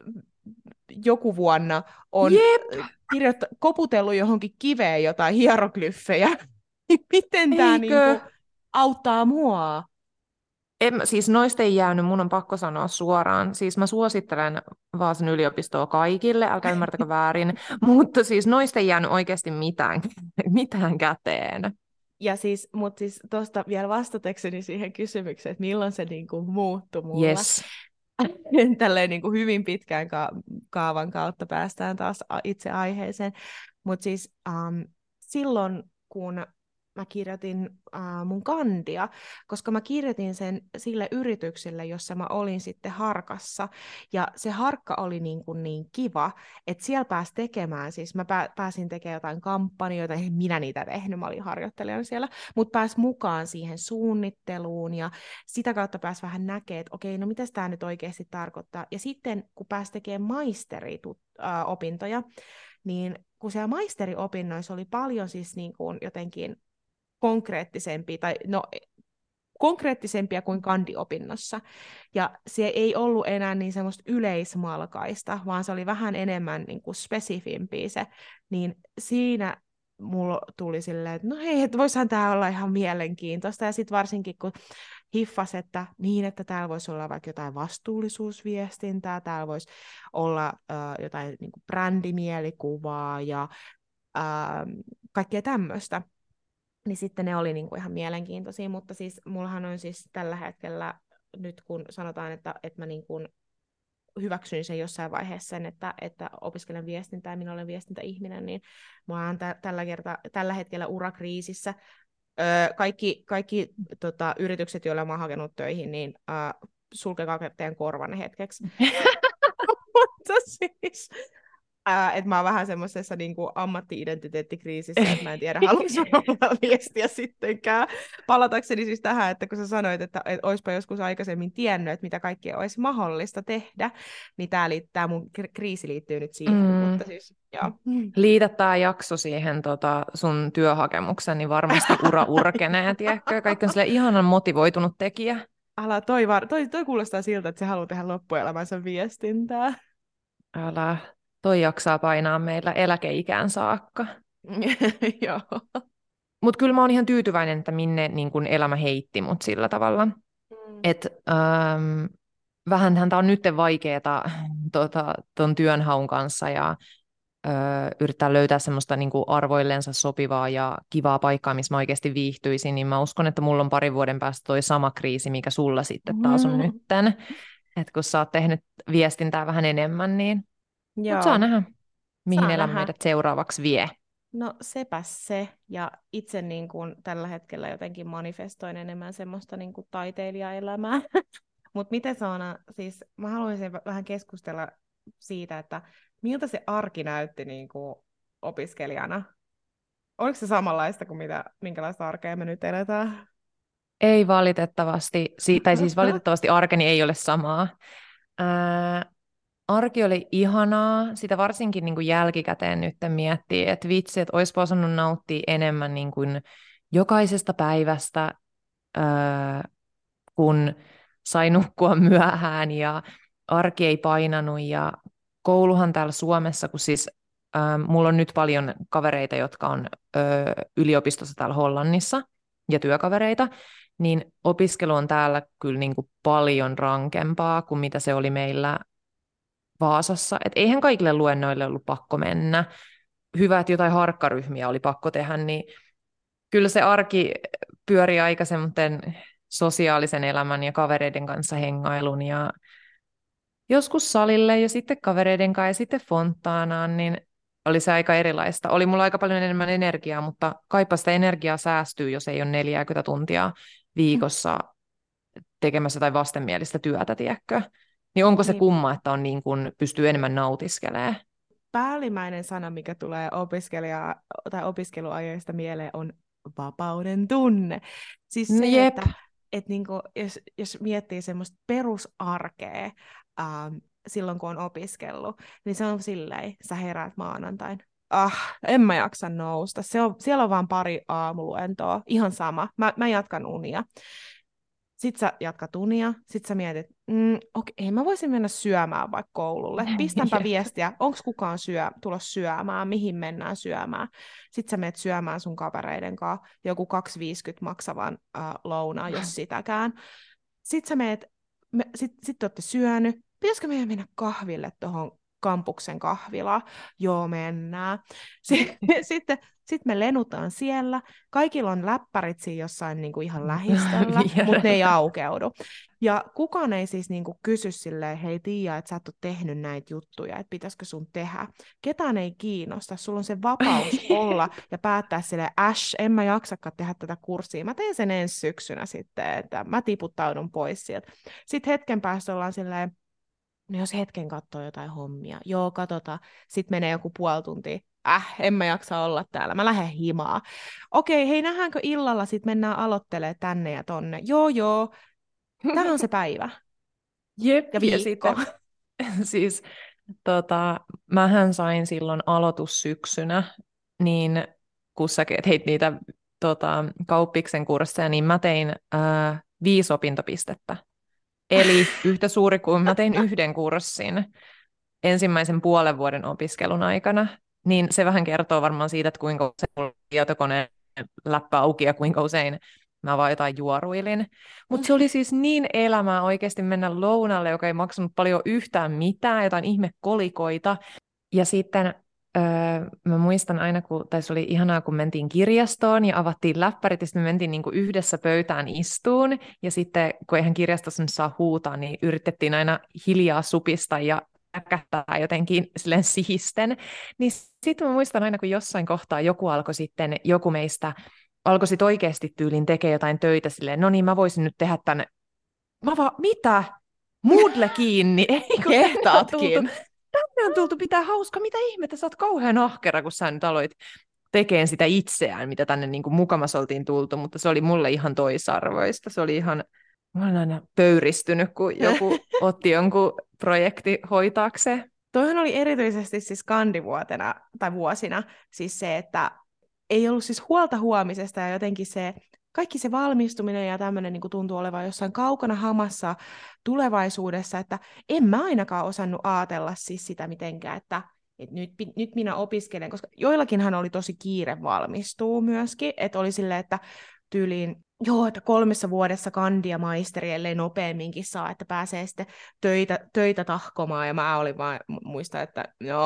joku vuonna on koputellut johonkin kiveen jotain hieroglyffejä, niin miten tämä niinku auttaa mua? Siis noista ei jäänyt, mun on pakko sanoa suoraan. Siis mä suosittelen Vaasan yliopistoa kaikille, älkää ymmärtäkö väärin, mutta siis noista ei jäänyt oikeasti mitään käteen. Ja siis, mutta siis tuosta vielä vastatekseni siihen kysymykseen, että milloin se niinku muuttui mulla. Yes. Tälleen niinku hyvin pitkään kaavan kautta päästään taas itse aiheeseen. Mutta siis silloin, kun mä kirjoitin mun kandia, koska mä kirjoitin sen sille yritykselle, jossa mä olin sitten Harkassa, ja se Harkka oli niin kiva, että siellä pääsi tekemään, siis mä pääsin tekemään jotain kampanjoita, en minä niitä tehnyt, mä olin harjoittelijana siellä, mutta pääsi mukaan siihen suunnitteluun, ja sitä kautta pääsi vähän näkemään, että okei, no mitä tämä nyt oikeasti tarkoittaa, ja sitten kun pääsi tekemään maisteriopintoja, niin kun siellä maisteriopinnoissa oli paljon siis niin kuin jotenkin konkreettisempia kuin kandiopinnossa. Ja se ei ollut enää niin semmoista yleismalkaista, vaan se oli vähän enemmän niin kuin spesifimpiä se. Niin siinä mulla tuli silleen, että no hei, että voisihan tämä olla ihan mielenkiintoista. Ja sitten varsinkin, kun hiffas, että täällä voisi olla vaikka jotain vastuullisuusviestintää, täällä voisi olla jotain niin kuin brändimielikuvaa ja kaikkea tämmöistä. Niin sitten ne oli niinku ihan mielenkiintoisia, mutta siis mullahan on siis tällä hetkellä, nyt kun sanotaan, että mä niinku hyväksyin sen jossain vaiheessa sen, että opiskelen viestintää ja minä olen viestintäihminen, niin mulla on tällä hetkellä urakriisissä. Kaikki yritykset, joilla mä oon hakenut töihin, niin sulkekaa teidän korvanne hetkeksi. Mutta siis että mä oon vähän semmoisessa niinku ammatti-identiteettikriisissä, että mä en tiedä, haluaisin olla viestiä sittenkään. Palatakseni siis tähän, että kun sä sanoit, että oispa joskus aikaisemmin tiennyt, että mitä kaikkea olisi mahdollista tehdä, niin tää mun kriisi liittyy nyt siihen. Mutta siis, joo. Liitä tää jakso siihen sun työhakemuksen, niin varmasti ura urkenee, tiedätkö? Kaikki on silleen ihanan motivoitunut tekijä. Älä, toi kuulostaa siltä, että se haluaa tehdä loppuelämänsä viestintää. Älä. Toi jaksaa painaa meillä eläkeikään saakka. Joo. Mutta kyllä mä oon ihan tyytyväinen, että minne niin kun elämä heitti mut sillä tavalla. Että vähänhän tää on nyt vaikeeta ton työnhaun kanssa ja yrittää löytää semmoista niin kuin arvoillensa sopivaa ja kivaa paikkaa, missä mä oikeasti viihtyisin, niin mä uskon, että mulla on 2 vuoden päästä toi sama kriisi, mikä sulla sitten taas on nytten. Että kun sä oot tehnyt viestintää vähän enemmän, niin mutta saa nähdä, mihin elämä meidät seuraavaksi vie. No sepäs se, ja itse niin kuin tällä hetkellä jotenkin manifestoin enemmän semmoista niin kuin taiteilijaelämää. Mutta miten Saana, siis mä haluaisin vähän keskustella siitä, että miltä se arki näytti niin kuin opiskelijana? Oliko se samanlaista kuin minkälaista arkea me nyt eletään? Ei valitettavasti, tai siis valitettavasti arkeni ei ole samaa. Arki oli ihanaa, sitä varsinkin niin kuin jälkikäteen nyt miettii, että vitsi, että olisipa osannut nauttia enemmän niin kuin jokaisesta päivästä, kun sai nukkua myöhään ja arki ei painanut ja kouluhan täällä Suomessa, kun siis mulla on nyt paljon kavereita, jotka on yliopistossa täällä Hollannissa ja työkavereita, niin opiskelu on täällä kyllä niin kuin paljon rankempaa kuin mitä se oli meillä Vaasassa. Et eihän kaikille luennoille ollut pakko mennä. Hyvä, että jotain harkkaryhmiä oli pakko tehdä, niin kyllä se arki pyöri aika semmoinen sosiaalisen elämän ja kavereiden kanssa hengailun ja joskus salille ja sitten kavereiden kanssa ja sitten fontaanaan, niin oli se aika erilaista. Oli mulla aika paljon enemmän energiaa, mutta kaipa sitä energiaa säästyy, jos ei ole 40 tuntia viikossa tekemässä tai vastenmielistä työtä, tiedätkö? Niin onko se Niin. kumma, että on niin kuin, pystyy enemmän nautiskelemaan? Päällimmäinen sana, mikä tulee opiskeluajoista mieleen, on vapauden tunne. Siis se, Jep. että niinku, jos miettii semmoista perusarkea silloin, kun on opiskellut, niin se on silleen, sä heräät maanantain. En mä jaksa nousta. Siellä on vaan pari aamuluentoa. Ihan sama. Mä jatkan unia. Sitten sä jatkat unia, sitten sä mietit, okei, mä voisin mennä syömään vaikka koululle. Pistänpä viestiä, onko kukaan tulossa syömään, mihin mennään syömään. Sitten sä menet syömään sun kavereiden kanssa joku 2,50 maksavan lounaan, jos sitäkään. Sitten sä meet, sit te ootte syönyt, pitäisikö meidän mennä kahville tuohon kampuksen kahvilaan? Joo, mennään. Sitten me lenutaan siellä. Kaikilla on läppärit siinä jossain niinku ihan lähistöllä, mutta ne ei aukeudu. Ja kukaan ei siis niinku kysy silleen, hei Tiia, että sä et ole tehnyt näitä juttuja, että pitäisikö sun tehdä. Ketään ei kiinnosta. Sulla on se vapaus olla ja päättää silleen, en mä jaksakaan tehdä tätä kurssia. Mä teen sen ensi syksynä sitten, että mä tiputtaudun pois sieltä. Sitten hetken päästä ollaan silleen, no jos hetken katsoo jotain hommia, joo, katsotaan. Sitten menee joku puoli tuntia. En mä jaksa olla täällä, mä lähden himaa. Okei, hei, nähdäänkö illalla, sitten mennään aloittelemaan tänne ja tonne. Joo, tämä on se päivä. Jep, ja viikko. Ja siis, mähän sain silloin aloitussyksynä, niin kun sä teit niitä kauppiksen kursseja, niin mä tein 5 opintopistettä. Eli yhtä suuri kuin mä tein yhden kurssin ensimmäisen puolen vuoden opiskelun aikana, niin se vähän kertoo varmaan siitä, että kuinka usein mulla tietokoneen läppä auki ja kuinka usein mä vaan jotain juoruilin. Mutta se oli siis niin elämää oikeasti mennä lounalle, joka ei maksanut paljon yhtään mitään, jotain ihmekolikoita. Ja sitten mä muistan aina, tai se oli ihanaa, kun mentiin kirjastoon ja avattiin läppärit, ja sitten me mentiin niinku yhdessä pöytään istuun, ja sitten kun eihän kirjastossa nyt saa huutaa, niin yritettiin aina hiljaa supista ja äkättää jotenkin silleen sihisten. Niin sitten mä muistan aina, kun jossain kohtaa joku meistä alkoi sitten oikeasti tyylin tekemään jotain töitä silleen, no niin, mä voisin nyt tehdä tänne. Mä vaan, mitä? Moodle kiinni. Kehtaatkin. Tänne on tultu pitää hauska. Mitä ihmettä, sä oot kauhean ahkera, kun sä nyt aloit tekemään sitä itseään, mitä tänne niin kuin mukamas oltiin tultu, mutta se oli mulle ihan toisarvoista. Se oli ihan, mä olen aina pöyristynyt, kun joku otti jonkun projekti hoitaakseen. Toihan oli erityisesti siis kandivuotena tai vuosina siis se, että ei ollut siis huolta huomisesta ja jotenkin kaikki se valmistuminen ja tämmöinen niin tuntuu olevan jossain kaukana hamassa tulevaisuudessa, että en mä ainakaan osannut ajatella siis sitä mitenkään, että nyt minä opiskelen, koska joillakinhan oli tosi kiire valmistuu myöskin, että oli silleen, että tyyliin, että 3 vuodessa kandia maisteri, ellei nopeamminkin saa, että pääsee sitten töitä tahkomaan, ja mä olin vaan muista, että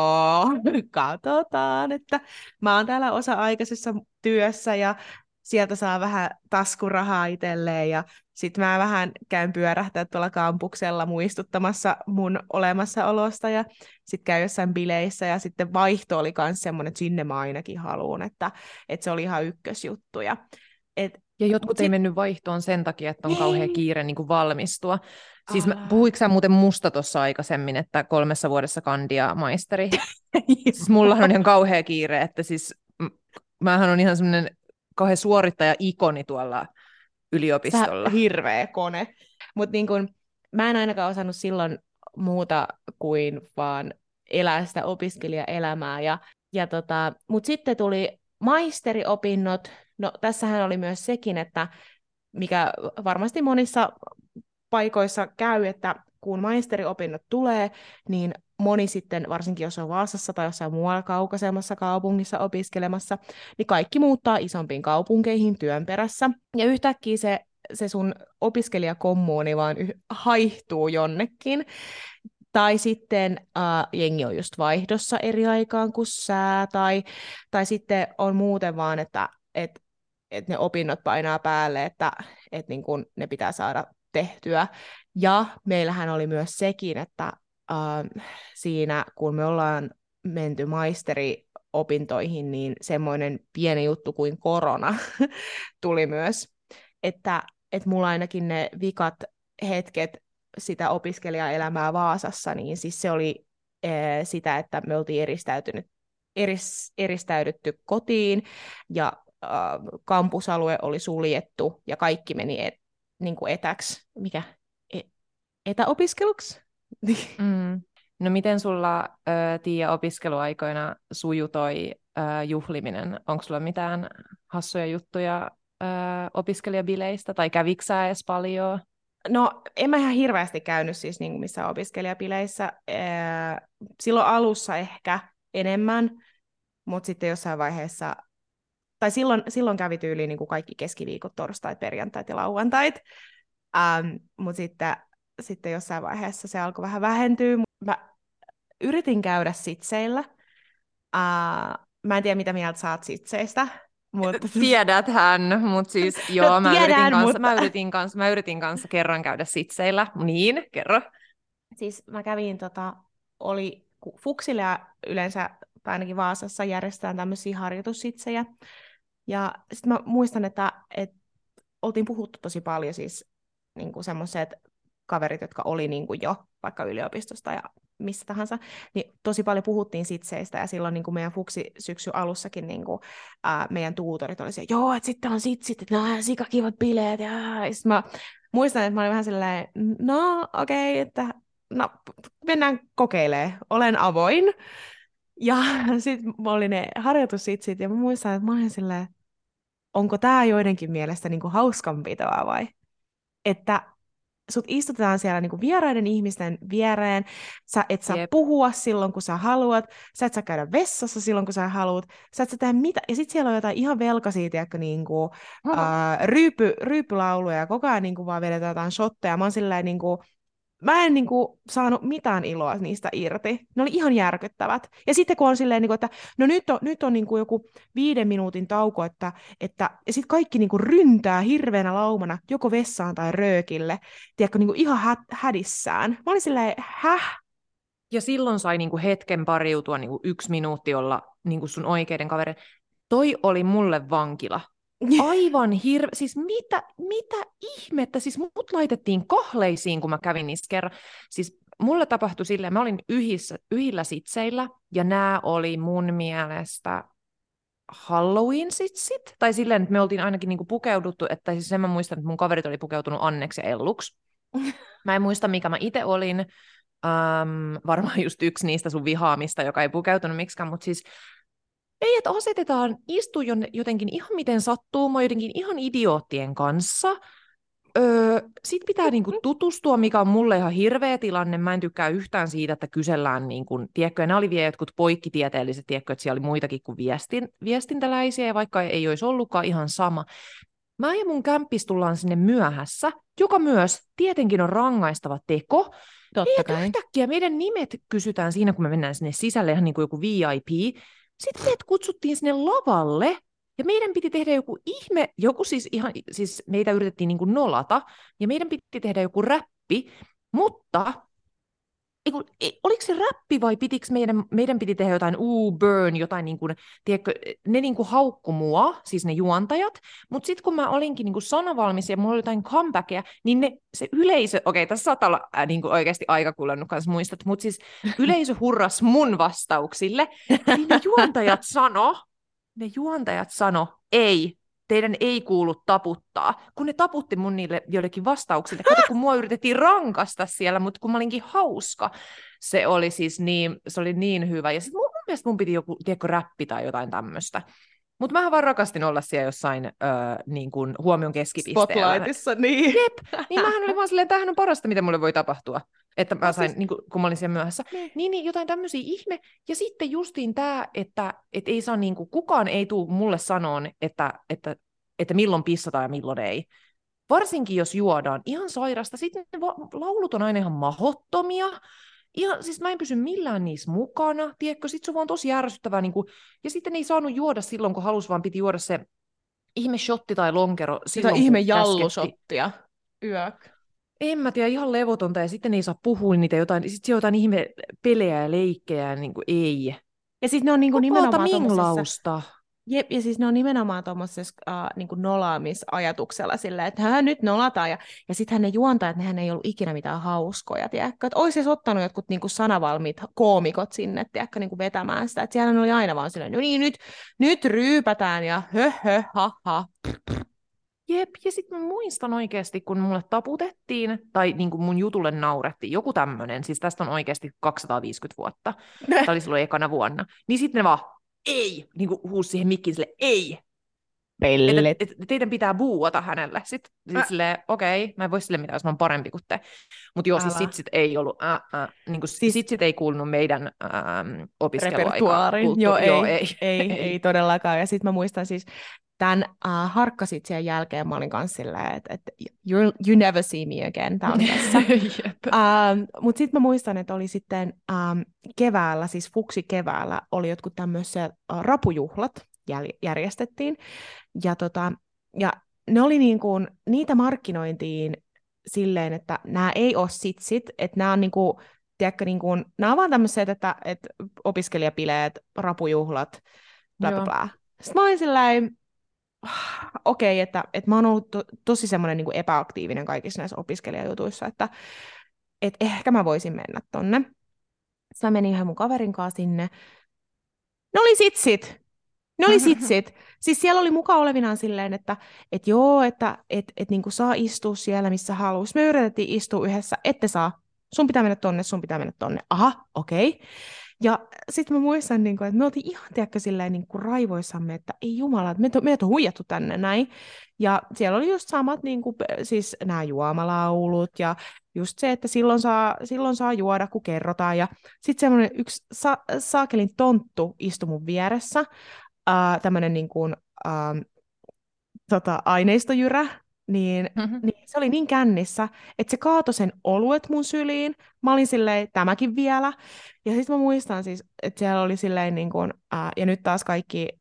katsotaan, että mä oon täällä osa-aikaisessa työssä, ja sieltä saa vähän taskurahaa itselleen, ja sitten mä vähän käyn pyörähtää tuolla kampuksella muistuttamassa mun olemassaolosta, ja sitten käyn jossain bileissä, ja sitten vaihto oli myös semmoinen, että sinne mä ainakin haluan, että se oli ihan ykkösjuttu, ja jotkut ei mennyt vaihtoon sen takia, että on kauhean kiire niin kuin valmistua. Siis puhuitko sä muuten musta tuossa aikaisemmin, että 3 vuodessa kandia maisteri? Siis mullahan on ihan kauhea kiire, että siis mähän on ihan semmoinen kauhean suorittaja-ikoni tuolla yliopistolla. Sä hirveä kone. Mutta niin kun, mä en ainakaan osannut silloin muuta kuin vaan elää sitä opiskelijaelämää. Mutta sitten tuli maisteriopinnot. No tässähän oli myös sekin, että mikä varmasti monissa paikoissa käy, että kun maisteriopinnot tulee, niin moni sitten, varsinkin jos on Vaasassa tai jossain muualla kaukaisemmassa kaupungissa opiskelemassa, niin kaikki muuttaa isompiin kaupunkeihin työn perässä. Ja yhtäkkiä se sun opiskelijakommuuni vaan haihtuu jonnekin. Tai sitten jengi on just vaihdossa eri aikaan kuin sä, tai sitten on muuten vaan, että ne opinnot painaa päälle, että niin kun ne pitää saada tehtyä. Ja meillähän oli myös sekin, että siinä kun me ollaan menty maisteriopintoihin, niin semmoinen pieni juttu kuin korona tuli myös, että mulla ainakin ne vikat hetket sitä opiskelijaelämää Vaasassa, niin siis se oli sitä, että me oltiin eristäydytty kotiin ja kampusalue oli suljettu ja kaikki meni niin kuin etäksi. Etäopiskeluksi? No miten sulla, Tiia, opiskeluaikoina suju toi juhliminen? Onko sulla mitään hassuja juttuja opiskelijabileistä, tai kävikö sä edes paljon? No, en mä ihan hirveästi käynyt siis niin missään opiskelijabileissä. Silloin alussa ehkä enemmän, mutta sitten jossain vaiheessa, tai silloin kävi tyyliin niin kuin kaikki keskiviikot, torstait, perjantait ja lauantait, mutta sitten jossain vaiheessa se alkoi vähän vähentyä. Mä yritin käydä sitseillä. Mä en tiedä, mitä mieltä sä oot sitseistä. Mutta Tiedäthän, mutta siis joo, no, mä yritin kanssa kerran käydä sitseillä. Niin, kerro. Siis mä kävin, Fuksille yleensä, tai ainakin Vaasassa, järjestetään tämmöisiä harjoitussitsejä. Ja sitten mä muistan, että oltiin puhuttu tosi paljon siis niin semmoiset kaverit, jotka oli niin kuin jo vaikka yliopistosta ja missä tahansa, niin tosi paljon puhuttiin sitseistä, ja silloin niin kuin meidän Fuksi-syksy alussakin niin kuin, meidän tuutorit oli se, joo, että sitten on sitsit, että nämä sikakivat bileet, ja sitten mä muistan, että mä olin vähän silleen, no okei, että no, mennään kokeilemaan, olen avoin, ja sitten oli ne harjoitussitsit, ja mä muistan, että mä olin silleen, onko tämä joidenkin mielestä niin kuin hauskanpitoa vai? Että sut istutetaan siellä niinku vieraiden ihmisten viereen, sä et saa puhua silloin, kun sä haluat, sä et saa käydä vessassa silloin, kun sä haluat, sä et saa tehdä mitä, ja sit siellä on jotain ihan velkaisia, tiedätkö, niinku, ryyppylauluja, ja koko ajan niinku vaan vedetään jotain shotteja, mä oon silleen niinku, mä en niinku saanut mitään iloa niistä irti. Ne oli ihan järkyttävät. Ja sitten kun on silleen, niinku, että no nyt on niinku joku 5 minuutin tauko, että ja sitten kaikki niinku ryntää hirveänä laumana joko vessaan tai röökille. Tiedätkö, niinku ihan hädissään. Mä olin silleen, häh? Ja silloin sai niinku hetken pariutua, niinku 1 minuutti olla niinku sun oikeiden kaverin. Toi oli mulle vankila. Aivan siis mitä ihmettä, siis mut laitettiin kahleisiin, kun mä kävin niissä kerran. Siis mulle tapahtui silleen, mä olin yhillä sitseillä, ja nämä oli mun mielestä Halloween-sitsit, tai silleen, että me oltiin ainakin niinku pukeuduttu, että siis sen mä muistan, että mun kaverit oli pukeutunut Anneksi ja Elluksi. Mä en muista, mikä mä itse olin, varmaan just yksi niistä sun vihaamista, joka ei pukeutunut miksikään, mutta siis ei, että asetetaan, istuu jotenkin ihan miten sattuu, mä jotenkin ihan idioottien kanssa. Sitten pitää niinku tutustua, mikä on mulle ihan hirveä tilanne. Mä en tykkää yhtään siitä, että kysellään, niinku, tiedätkö, ja nämä oli vielä jotkut poikkitieteelliset, tiedätkö, että siellä oli muitakin kuin viestintäläisiä, ja vaikka ei olisi ollutkaan ihan sama. Mä ja mun kämppis tullaan sinne myöhässä, joka myös tietenkin on rangaistava teko. Totta kai. Yhtäkkiä meidän nimet kysytään siinä, kun me mennään sinne sisälle, ihan niin kuin joku VIP. Sitten meidät kutsuttiin sinne lavalle, ja meidän piti tehdä siis meitä yritettiin niin kuin nolata, ja meidän piti tehdä joku räppi, mutta oliko se räppi vai meidän piti tehdä jotain burn, jotain niin kuin, tiedätkö, ne niin kuin haukku mua, siis ne juontajat, mutta sitten kun mä olinkin niin kuin sanavalmis ja mulla oli jotain comebackia, niin se yleisö, tässä saattaa olla niin kuin oikeasti aika kulannut kanssa muistat, mutta siis yleisö hurras mun vastauksille, niin ne juontajat sano, ei, teidän ei kuulu taputtaa, kun ne taputti mun niille joillekin vastauksille. Kato, kun mua yritettiin rankasta siellä, mutta kun mä olinkin hauska, se oli niin hyvä. Ja sitten mun mielestä mun piti joku, tiedätkö, räppi tai jotain tämmöistä. Mutta mähän vaan rakastin olla siellä jossain niin kuin huomion keskipisteellä. Spotlightissa, niin. Jep, niin mähän olin vaan silleen, tämähän on parasta, mitä mulle voi tapahtua. Että mä sain, niin kuin, kun mä olin siellä myöhässä. Niin jotain tämmöisiä ihme. Ja sitten justiin tämä, että ei saa, niin kuin, kukaan ei tule mulle sanoon, että milloin pissataan ja milloin ei. Varsinkin jos juodaan ihan sairasta. Sitten ne laulut on aina ihan mahottomia. Ihan, siis mä en pysy millään niissä mukana, tiedätkö, sit se on vaan tosi ärsyttävää, niin kuin, ja sitten ei saanut juoda silloin, kun halusi, vaan piti juoda se ihme shotti tai lonkero Jotain silloin, ihme kun käsketti. jallusottia. Yök. En mä tiedä, ihan levotonta, ja sitten ei saa puhua niitä jotain, sitten jotain ihme pelejä ja leikkejä, niin kuin ei. Ja siis ne on niinku Vapaata nimenomaan tommosessa, minglausta. jep, ja siis ne on nimenomaan tuommoisessa niinku nolaamisajatuksella silleen, että nyt nolataan, ja sittenhän ne juontajat, nehän ei ollut ikinä mitään hauskoja, tiedätkö, että olisi edes ottanut jotkut niinku sanavalmiit koomikot sinne, tiedätkö, niinku vetämään sitä, että siellä ne oli aina vaan silleen, no niin, nyt ryypätään, ja ha. Jep, ja sitten mä muistan oikeasti, kun mulle taputettiin, tai niin kuin mun jutulle naurettiin, joku tämmöinen, siis tästä on oikeasti 250 vuotta, tämä oli silloin ekana vuonna, niin sitten ne vaan, ei, niin kuin huusi siihen mikkiin sille, ei, Pellet. että teidän pitää buuata hänelle. Sitten silleen, okei, mä en voi sille mitään, jos mä oon parempi kuin te. Mutta joo, siis sit ei ollut, niin kuin, siis sit ei kuulunut meidän opiskeluaikaan. Joo, ei. ei todellakaan. Ja sitten mä muistan siis tämän harkkasit sen jälkeen, mä olin kanssa silleen, että you never see me again, tää oli tässä. Mutta sitten mä muistan, että oli sitten keväällä, siis Fuksi keväällä, oli jotkut tämmöiset rapujuhlat, järjestettiin. Ja ne oli niin kuin, niitä markkinointiin silleen, että nämä ei ole sitsit, että nämä on niin kuin, tiedätkö, niin kuin, nämä on vaan tämmöiset, että opiskelijapileet, rapujuhlat, bla bla bla. Sitten mä olin silleen, okei, että mä oon ollut tosi semmoinen niin kuin epäaktiivinen kaikissa näissä opiskelijajutuissa, että ehkä mä voisin mennä tonne. Sitten mä menin yhden mun kaverin kanssa sinne. Ne oli sitsit. Siis siellä oli mukaan olevinaan silleen, että joo, että niin kuin saa istua siellä, missä haluaisi. Me yritettiin istua yhdessä, ette saa. Sun pitää mennä tonne. Aha, okei. Ja sitten mä muistan, niin kuin, että me oltiin ihan tiedäkö silleen niin kuin raivoissamme, että ei jumala, että meidät on huijattu tänne näin. Ja siellä oli just samat niin kuin, siis nämä juomalaulut ja just se, että silloin saa juoda, kun kerrotaan. Ja sitten semmoinen yksi saakelin tonttu istui mun vieressä, tämmöinen niin kuin, aineistojyrä, niin se oli niin kännissä, että se kaatoi sen oluet mun syliin. Mä olin silleen, tämäkin vielä. Ja sitten mä muistan siis, että siellä oli silleen, niin kuin, ja nyt taas kaikki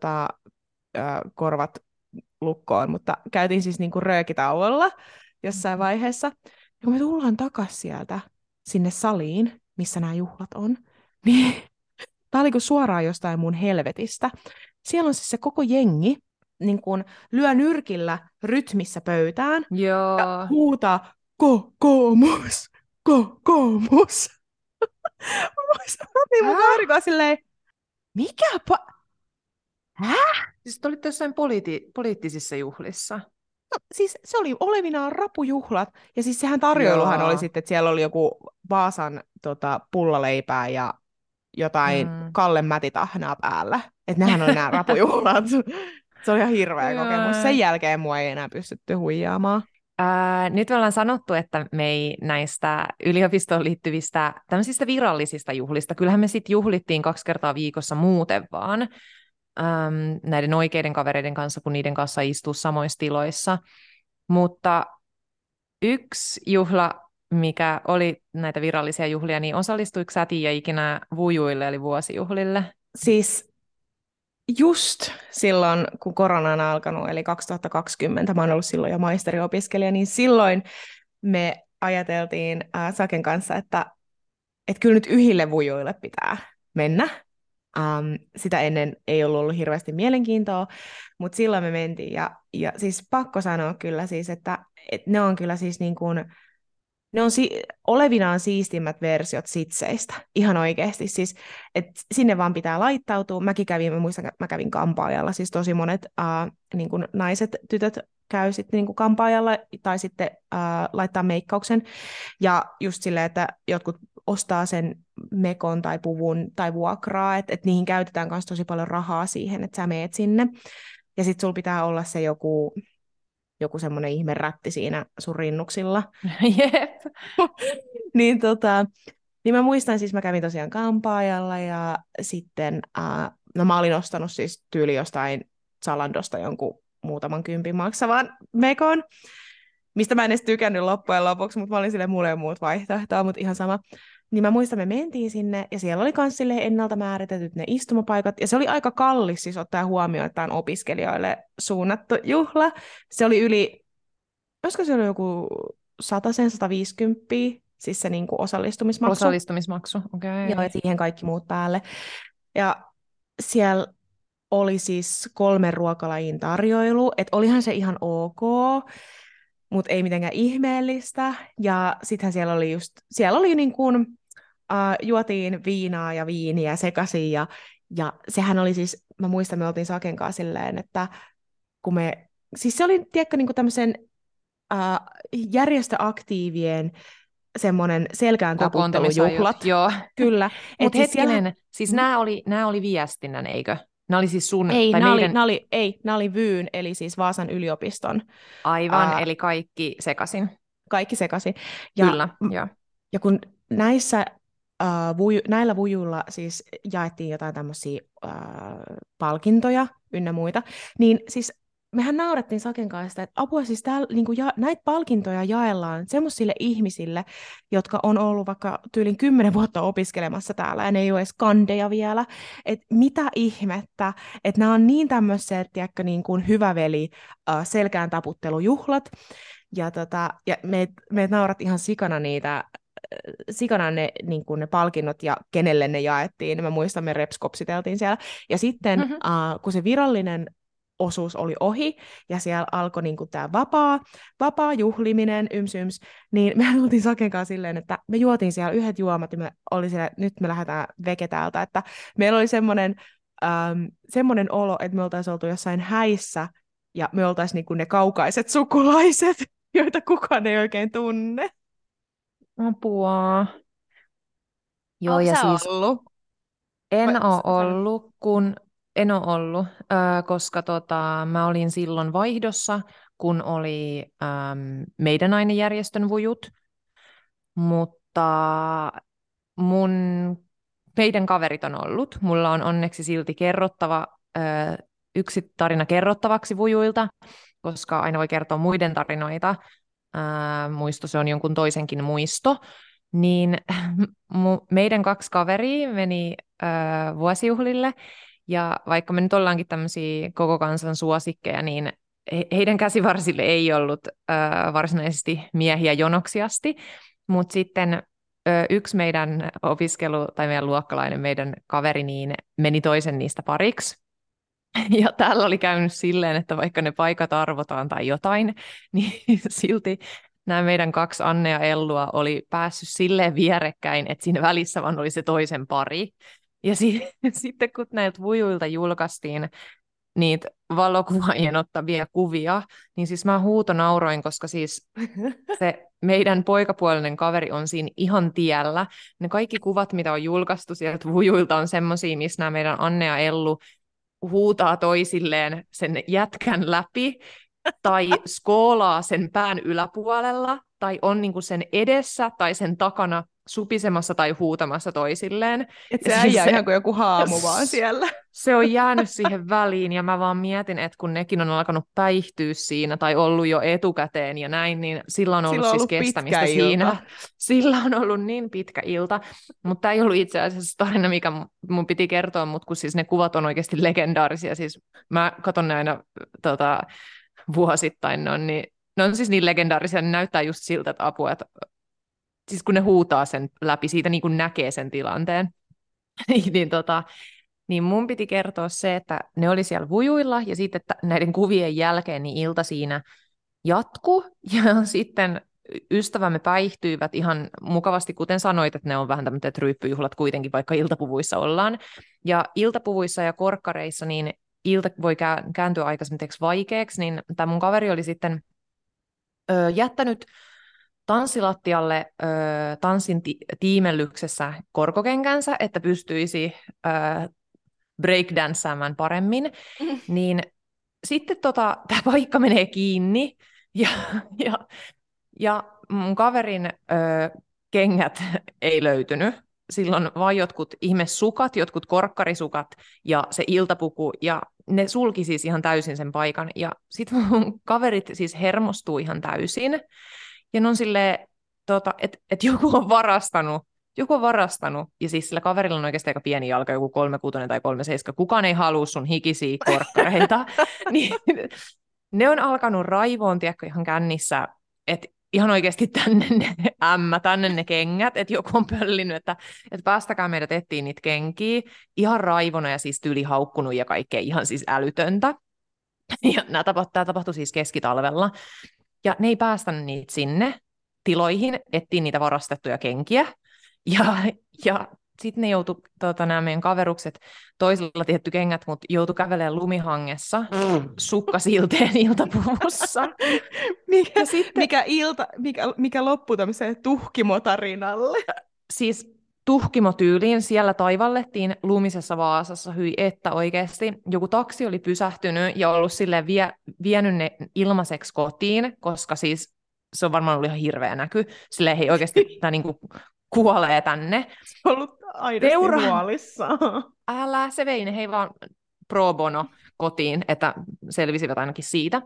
korvat lukkoon, mutta käytiin siis niin kuin röökitauolla jossain vaiheessa. Ja kun me tullaan takaisin sieltä sinne saliin, missä nämä juhlat on, niin tää oli kuin suoraan jostain mun helvetistä. Siellä on siis se koko jengi, niin kun lyö nyrkillä rytmissä pöytään ja huutaa kokoomus. Mä mun kaverikoa silleen, Häh? Siis te olitte jossain poliittisissa juhlissa? No, siis se oli olevinaan rapujuhlat, ja siis sehän tarjoiluhan oli sitten, että siellä oli joku Vaasan pullaleipää ja jotain Kallen mätitahnaa päällä. Että nehän oli nämä rapujuhlat. Se oli ihan hirveä kokemus. Sen jälkeen mua ei enää pystytty huijaamaan. Nyt me ollaan sanottu, että me ei näistä yliopistoon liittyvistä tämmöisistä virallisista juhlista, kyllähän me sitten juhlittiin 2 kertaa viikossa muuten vaan näiden oikeiden kavereiden kanssa, kun niiden kanssa istuu samoissa tiloissa. Mutta yksi juhla, mikä oli näitä virallisia juhlia, niin osallistuiko sä Tiia ikinä vujuille, eli vuosijuhlille? Siis just silloin, kun korona on alkanut, eli 2020, mä oon ollut silloin jo maisteriopiskelija, niin silloin me ajateltiin Saken kanssa, että kyllä nyt yhille vujuille pitää mennä. Sitä ennen ei ollut hirveästi mielenkiintoa, mutta silloin me mentiin. Ja siis pakko sanoa kyllä siis, että ne on kyllä siis niin kuin, ne on olevinaan siistimmät versiot sitseistä, ihan oikeasti. Siis, että sinne vaan pitää laittautua. Mä muistan, mä kävin kampaajalla, siis tosi monet niin kuin naiset, tytöt käy sitten niin kuin kampaajalla tai sitten laittaa meikkauksen. Ja just silleen, että jotkut ostaa sen mekon tai puvun tai vuokraa, että niihin käytetään myös tosi paljon rahaa siihen, että sä meet sinne. Ja sitten sulla pitää olla se joku semmoinen ihme rätti siinä sun rinnuksilla. Jep. niin mä muistan, siis mä kävin tosiaan kampaajalla ja sitten, no mä olin ostanut siis tyyli jostain Zalandosta jonkun muutaman kympin maksavan mekon, mistä mä en edes tykännyt loppujen lopuksi, mutta mä olin silleen, mulla ei ole muut vaihtoehtoa, mutta ihan sama. Niin mä muistan, me mentiin sinne, ja siellä oli myös ennalta määritetyt ne istumapaikat, ja se oli aika kallis siis ottaa huomioon, että tämä on opiskelijoille suunnattu juhla. Se oli olisiko se oli joku 150, siis se niin kuin osallistumismaksu. Osallistumismaksu, okei. Joo, ja siihen kaikki muut päälle. Ja siellä oli siis 3 ruokalajin tarjoilu, että olihan se ihan ok, mutta ei mitenkään ihmeellistä. Ja sittenhän siellä oli niin kuin, juotiin viinaa ja viiniä sekaisin, ja sehän oli siis, mä muistan, me oltiin Saken kanssa silleen, että siis se oli, tiedätkö, niin kuin tämmöisen järjestöaktiivien semmoinen selkään taputtelujuhlat. Joo. Kyllä. Mutta hetkinen, siis nämä oli viestinnän, eikö? Nämä oli siis sun... Ei, nämä oli Vyyn, eli siis Vaasan yliopiston. Aivan, eli kaikki sekaisin. Kaikki sekaisin. Kyllä, joo. Ja kun näillä vujuilla siis jaettiin jotain tämmöisiä palkintoja ynnä muita, niin siis mehän naurettiin Saken kanssa, että apua siis näitä palkintoja jaellaan semmoisille ihmisille, jotka on ollut vaikka tyylin 10 vuotta opiskelemassa täällä ja ne ei ole edes kandeja vielä. Että mitä ihmettä, että nämä on niin tämmöiset, tiedätkö, niin kuin hyvä veli selkään taputtelujuhlat. Ja me naurat ihan sikana ne, niin kuin ne palkinnot ja kenelle ne jaettiin. Mä muistan, me repskopsiteltiin siellä. Ja sitten, kun se virallinen osuus oli ohi, ja siellä alkoi niin kuin tämä vapaa juhliminen, yms, niin me oltiin Saken kanssa silleen, että me juotiin siellä yhdet juomat, ja me oli siellä, nyt me lähdetään veke täältä, että meillä oli semmoinen olo, että me oltaisiin oltu jossain häissä, ja me oltaisiin niin kuin ne kaukaiset sukulaiset, joita kukaan ei oikein tunne. Apua. Joo, Oletko ja sä siis ollut? En ole ollut, koska mä olin silloin vaihdossa, kun oli meidän ainejärjestön vujut, mutta meidän kaverit on ollut. Mulla on onneksi silti yksi tarina kerrottavaksi vujuilta, koska aina voi kertoa muiden tarinoita. Muisto, se on jonkun toisenkin muisto. Niin meidän 2 kaveria meni vuosijuhlille, ja vaikka me nyt ollaankin tämmöisiä koko kansan suosikkeja, niin heidän käsivarsille ei ollut varsinaisesti miehiä jonoksi asti, mutta sitten yksi meidän meidän luokkalainen, meidän kaveri, niin meni toisen niistä pariksi. Ja täällä oli käynyt silleen, että vaikka ne paikat arvotaan tai jotain, niin silti nämä meidän 2 Anne ja Ellua oli päässyt silleen vierekkäin, että siinä välissä vaan oli se toisen pari. Ja sitten kun näiltä vujuilta julkaistiin niitä valokuvaajien ottavia kuvia, niin siis mä huutonauroin, koska siis se meidän poikapuolinen kaveri on siinä ihan tiellä. Ne kaikki kuvat, mitä on julkaistu sieltä vujuilta, on semmosia, missä nämä meidän Anne ja Ellu huutaa toisilleen sen jätkän läpi, tai skoolaa sen pään yläpuolella, tai on niinku sen edessä tai sen takana supisemassa tai huutamassa toisilleen. Se äijä ihan kuin joku haamu vaan siellä. Se on jäänyt siihen väliin, ja mä vaan mietin, että kun nekin on alkanut päihtyä siinä, tai ollut jo etukäteen ja näin, niin sillä on ollut siis kestämistä siinä. Sillä on ollut niin pitkä ilta, mutta tämä ei ollut itse asiassa tarina, mikä mun piti kertoa, mutta kun siis ne kuvat on oikeasti legendaarisia, siis mä katson ne aina vuosittain, ne on siis niin legendaarisia, ne näyttää just siltä, että apua, että siis kun ne huutaa sen läpi, siitä niin kuin näkee sen tilanteen, niin mun piti kertoa se, että ne oli siellä vujuilla, ja sitten näiden kuvien jälkeen niin ilta siinä jatkuu, ja sitten ystävämme päihtyivät ihan mukavasti, kuten sanoit, että ne on vähän tämmöiset ryyppyjuhlat kuitenkin, vaikka iltapuvuissa ollaan. Ja iltapuvuissa ja korkkareissa niin ilta voi kääntyä aika vaikeaksi, niin tämä mun kaveri oli sitten jättänyt tanssilattialle tanssin tiimellyksessä korkokenkänsä, että pystyisi breakdansaamaan paremmin, niin sitten tämä paikka menee kiinni, ja mun kaverin kengät ei löytynyt. Silloin vain jotkut ihmesukat, jotkut korkkarisukat ja se iltapuku, ja ne sulki siis ihan täysin sen paikan. Ja sitten mun kaverit siis hermostuu ihan täysin, ja ne on silleen, että joku on varastanut joku on varastanut, ja siis sillä kaverilla on oikeasti aika pieni jalka, joku 3,6 tai 3,7, kukaan ei halua sun hikisiä korkkareita, niin ne on alkanut raivoon, tiedätkö, ihan kännissä, että ihan oikeasti tänne ne kengät, että joku on pöllinyt, että päästäkää meidät etsiä niitä kenkiä, ihan raivona ja siis tyyli haukkunut ja kaikkea ihan siis älytöntä. Ja tämä tapahtui siis keskitalvella, ja ne ei päästänyt niitä sinne tiloihin, etsiä niitä varastettuja kenkiä, ja sitten ne joutui, nämä meidän kaverukset, toisella tietty kengät, mutta joutui kävelemään lumihangessa, sukkasilteen iltapuvussa. mikä loppui tämmöiseen tuhkimotarinalle? Siis tuhkimotyyliin siellä taivallettiin lumisessa Vaasassa, hyi että oikeasti. Joku taksi oli pysähtynyt ja ollut silleen vienyt ne ilmaiseksi kotiin, koska siis se on varmaan ollut ihan hirveä näky. Silleen hei oikeasti tämä niinku kuolee tänne. Se on ollut aidosti huolissaan. Älä, se vei ne hei vaan pro bono kotiin, että selvisivät ainakin siitä.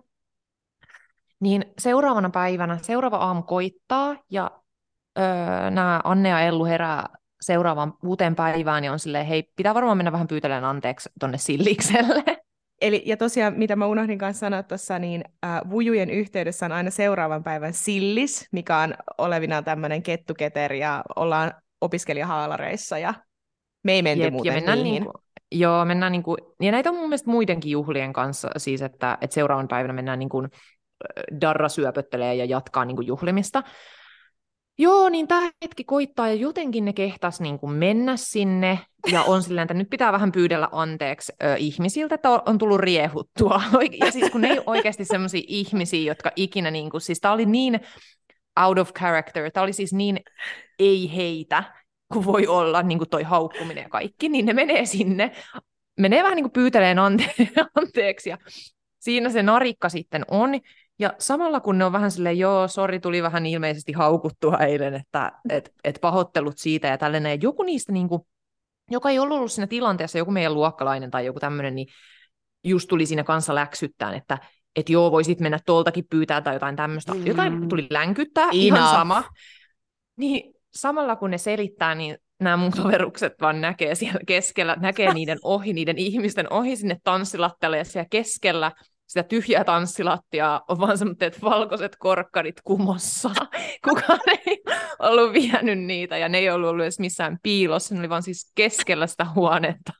Niin seuraavana päivänä, seuraava aamu koittaa, ja nämä Anne ja Ellu herää seuraavaan uuteen päivään, ja on silleen, hei, pitää varmaan mennä vähän pyytelemään anteeksi tonne Sillikselle. Eli, ja tosiaan, mitä mä unohdin kanssa sanoa tuossa, niin vujujen yhteydessä on aina seuraavan päivän sillis, mikä on olevinaan tämmöinen kettuketer, ja ollaan opiskelijahaalareissa, ja me ei menty muuten niihin. Mennään ja näitä on mun mielestä muidenkin juhlien kanssa, siis että seuraavan päivänä mennään darra syöpöttelee ja jatkaa juhlimista. Joo, niin tämä hetki koittaa, ja jotenkin ne kehtas mennä sinne, ja on silleen, että nyt pitää vähän pyydellä anteeksi ihmisiltä, että on tullut riehuttua. Ja siis kun ne ei oikeasti semmoisia ihmisiä, jotka ikinä, siis tämä oli niin out of character, tämä oli siis niin ei heitä, kuin voi olla toi haukkuminen ja kaikki, niin ne menee sinne, menee vähän pyyteleen anteeksi, ja siinä se narikka sitten on. Ja samalla kun ne on vähän silleen, joo, sori, tuli vähän ilmeisesti haukuttua eilen, että pahoittelut siitä ja tällainen. Ja joku niistä, joka ei ollut siinä tilanteessa, joku meidän luokkalainen tai joku tämmöinen, niin just tuli siinä kanssa läksyttään, että joo, voisit mennä tuoltakin pyytää tai jotain tämmöistä. Jotain tuli länkyttää, ihan sama. Niin samalla kun ne selittää, niin nämä mun kaverukset vaan näkee siellä keskellä, näkee niiden ihmisten ohi sinne tanssilattialle, ja siellä keskellä sitä tyhjää tanssilattiaa on vaan semmoiset valkoiset korkkarit kumossa. Kukaan ei ollut vienyt niitä, ja ne ei ollut edes missään piilossa. Ne oli vaan siis keskellä sitä huonetta.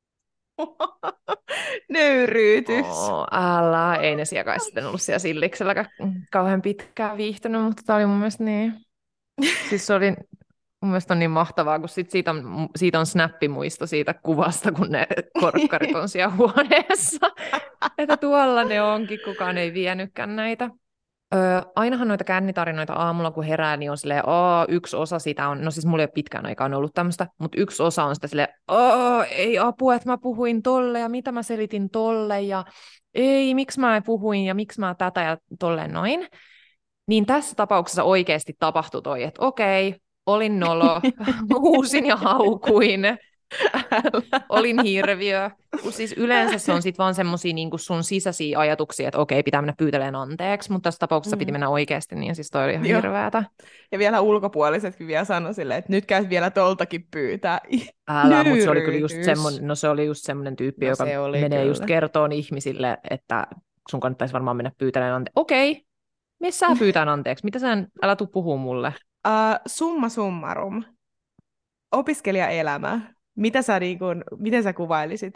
Nöyryytys. Älä, ei ne siellä kai sitten ollut siellä Sillikselläkään kauhean pitkään viihtynyt, mutta tämä oli mun mielestä niin. Siis se oli mun mielestä on niin mahtavaa, kun siitä on snappimuisto siitä kuvasta, kun ne korkkarit on siellä huoneessa. Että tuolla ne onkin, kukaan ei vienytkään näitä. Ainahan noita kännitarinoita aamulla, kun herää, niin on silleen, yksi osa sitä on, no siis mulla ei ole pitkään aikaan ollut tämmöistä, mutta yksi osa on sitä silleen, ei apua, että mä puhuin tolle, ja mitä mä selitin tolle, ja ei, miksi mä puhuin, ja miksi mä tätä, ja tolleen noin. Niin tässä tapauksessa oikeasti tapahtui toi, että okei, olin nolo, huusin ja haukuin, olin hirviö. Siis yleensä se on sitten vaan semmosia sun sisäisiä ajatuksia, että okei, pitää mennä pyytelemään anteeksi, mutta tässä tapauksessa piti mennä oikeasti, niin siis toi oli ihan hirveätä. Ja vielä ulkopuolisetkin vielä sanoi silleen, että nyt käyt vielä toltakin pyytää. Älä, mutta se oli kyllä just semmoinen, se oli just semmoinen tyyppi, joka menee kyllä just kertoon ihmisille, että sun kannattaisi varmaan mennä pyytelemään anteeksi. Okei, missä sä pyytään anteeksi? Mitä älä tuu puhua mulle? Summa summarum. Opiskelijaelämä. Miten sä kuvailisit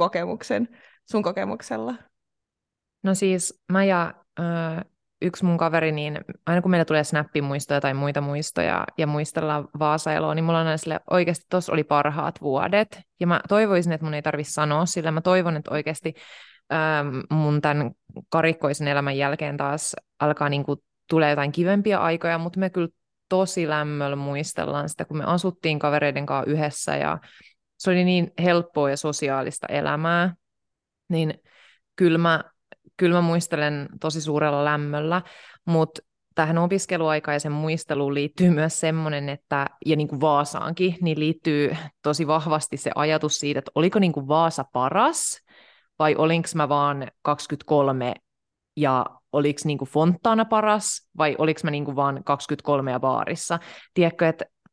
sun kokemuksella? No siis mä ja yksi mun kaveri, niin aina kun meillä tulee snappimuistoja tai muita muistoja ja muistellaan Vaasailoa, niin mulla on aina sille, oikeasti tossa oli parhaat vuodet. Ja mä toivoisin, että mun ei tarvitse sanoa, sillä mä toivon, että oikeasti mun tämän karikkoisen elämän jälkeen taas alkaa tulee jotain kivempiä aikoja, mutta me kyllä tosi lämmöllä muistellaan sitä, kun me asuttiin kavereiden kanssa yhdessä, ja se oli niin helppoa ja sosiaalista elämää, niin kyllä mä muistelen tosi suurella lämmöllä, mutta tähän opiskeluaikaan ja sen muisteluun liittyy myös semmoinen, että, ja niin kuin Vaasaankin, niin liittyy tosi vahvasti se ajatus siitä, että oliko niin kuin Vaasa paras, vai olinko mä vaan 23 ja oliko niinku Fontaana paras, vai oliko mä niinku vaan 23 ja baarissa. Tiedätkö, että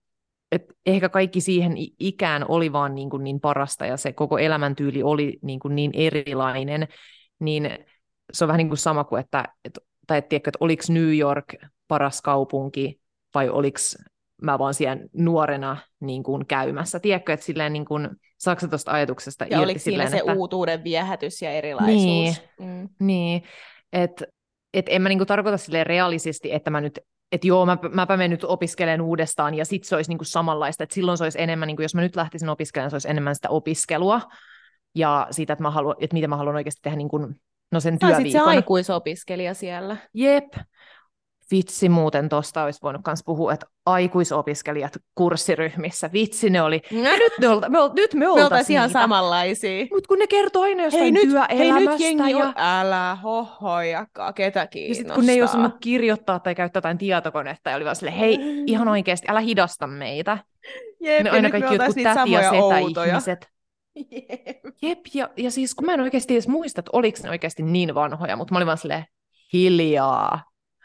et ehkä kaikki siihen ikään oli vaan niin parasta ja se koko elämäntyyli oli niin erilainen, niin se on vähän niin kuin sama kuin, tai et tiedätkö, että oliko New York paras kaupunki vai oliko mä vaan siellä nuorena niin kuin käymässä. Tiedätkö, että silleen niin kuin, saako sä tuosta ajatuksesta ja irti oliko siinä silleen, se että uutuuden viehätys ja niin, erilaisuus? niin, että en mä niinku tarkoita silleen realistisesti, että että joo, mäpä menen nyt opiskelemaan uudestaan ja sit se olisi niinku samanlaista, että silloin se olisi enemmän, niinku jos mä nyt lähtisin opiskelemaan, se olisi enemmän sitä opiskelua ja siitä, että mitä mä haluan oikeasti tehdä niinku, no sen Taisit se työviikon. aikuisopiskelija siellä. Jep. Vitsi muuten tuosta olisi voinut myös puhua, että aikuisopiskelijat kurssiryhmissä, vitsi ne oli. Ja nyt me oltaisiin ihan niitä. samanlaisia. Mutta kun ne kertoo aina jostain työelämästä. Hei nyt jengi, älä hohojakaan, ketä kiinnostaa. Ja sitten kun ne ei osannut kirjoittaa tai käyttää jotain tietokonetta, ja oli vaan silleen, hei, ihan oikeasti, älä hidasta meitä. Jep, ne aina kaikki jotkut täti- ja setä-ihmiset. Jep, ja siis kun mä en oikeasti edes muista, että oliko ne oikeasti niin vanhoja, mutta mä olin vaan silleen, hiljaa.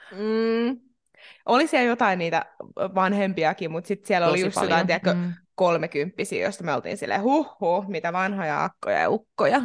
Oli siellä jotain niitä vanhempiakin, mutta sitten siellä Tosi oli just paljon. jotain, tiedätkö, 30-vuotiaita, joista me oltiin silleen, mitä vanhoja akkoja ja ukkoja.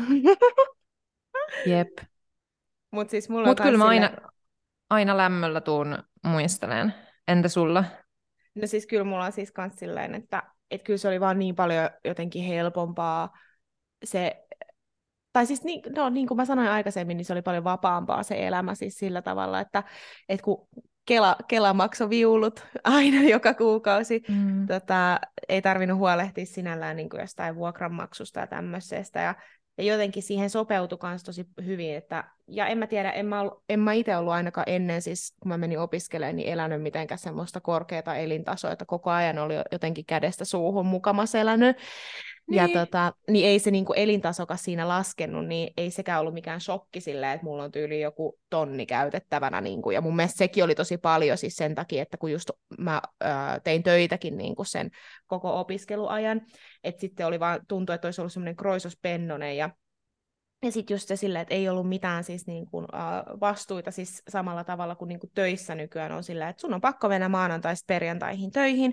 Jep. Mutta siis mulla kyllä mä aina lämmöllä tuun muistelen. Entä sulla? No siis kyllä mulla on siis kans silleen, että kyllä se oli vaan niin paljon jotenkin helpompaa se, tai siis niin kuin mä sanoin aikaisemmin, niin se oli paljon vapaampaa se elämä siis sillä tavalla, että kun Kela maksoi viulut aina joka kuukausi, ei tarvinnut huolehtia sinällään niin kuin jostain vuokranmaksusta ja tämmöisestä, ja jotenkin siihen sopeutui myös tosi hyvin, ja en mä tiedä, en mä itse ollut ainakaan ennen, siis kun mä menin opiskelemaan, niin elänyt mitenkään semmoista korkeata elintasoa, että koko ajan oli jotenkin kädestä suuhun mukamassa elänyt, niin. Ja niin ei se niinku elintasokas siinä laskenut, niin ei sekään ollut mikään shokki silleen, että mulla on tyyli joku 1 000 käytettävänä, niinku, ja mun mielestä sekin oli tosi paljon siis sen takia, että kun just mä tein töitäkin niinku sen koko opiskeluajan, että sitten oli vaan, tuntui, että olisi ollut semmoinen kroisospennonen, ja sitten just se silleen, että ei ollut mitään siis niinku, vastuita siis samalla tavalla kuin niinku töissä nykyään on silleen, että sun on pakko mennä maanantaista perjantaihin töihin,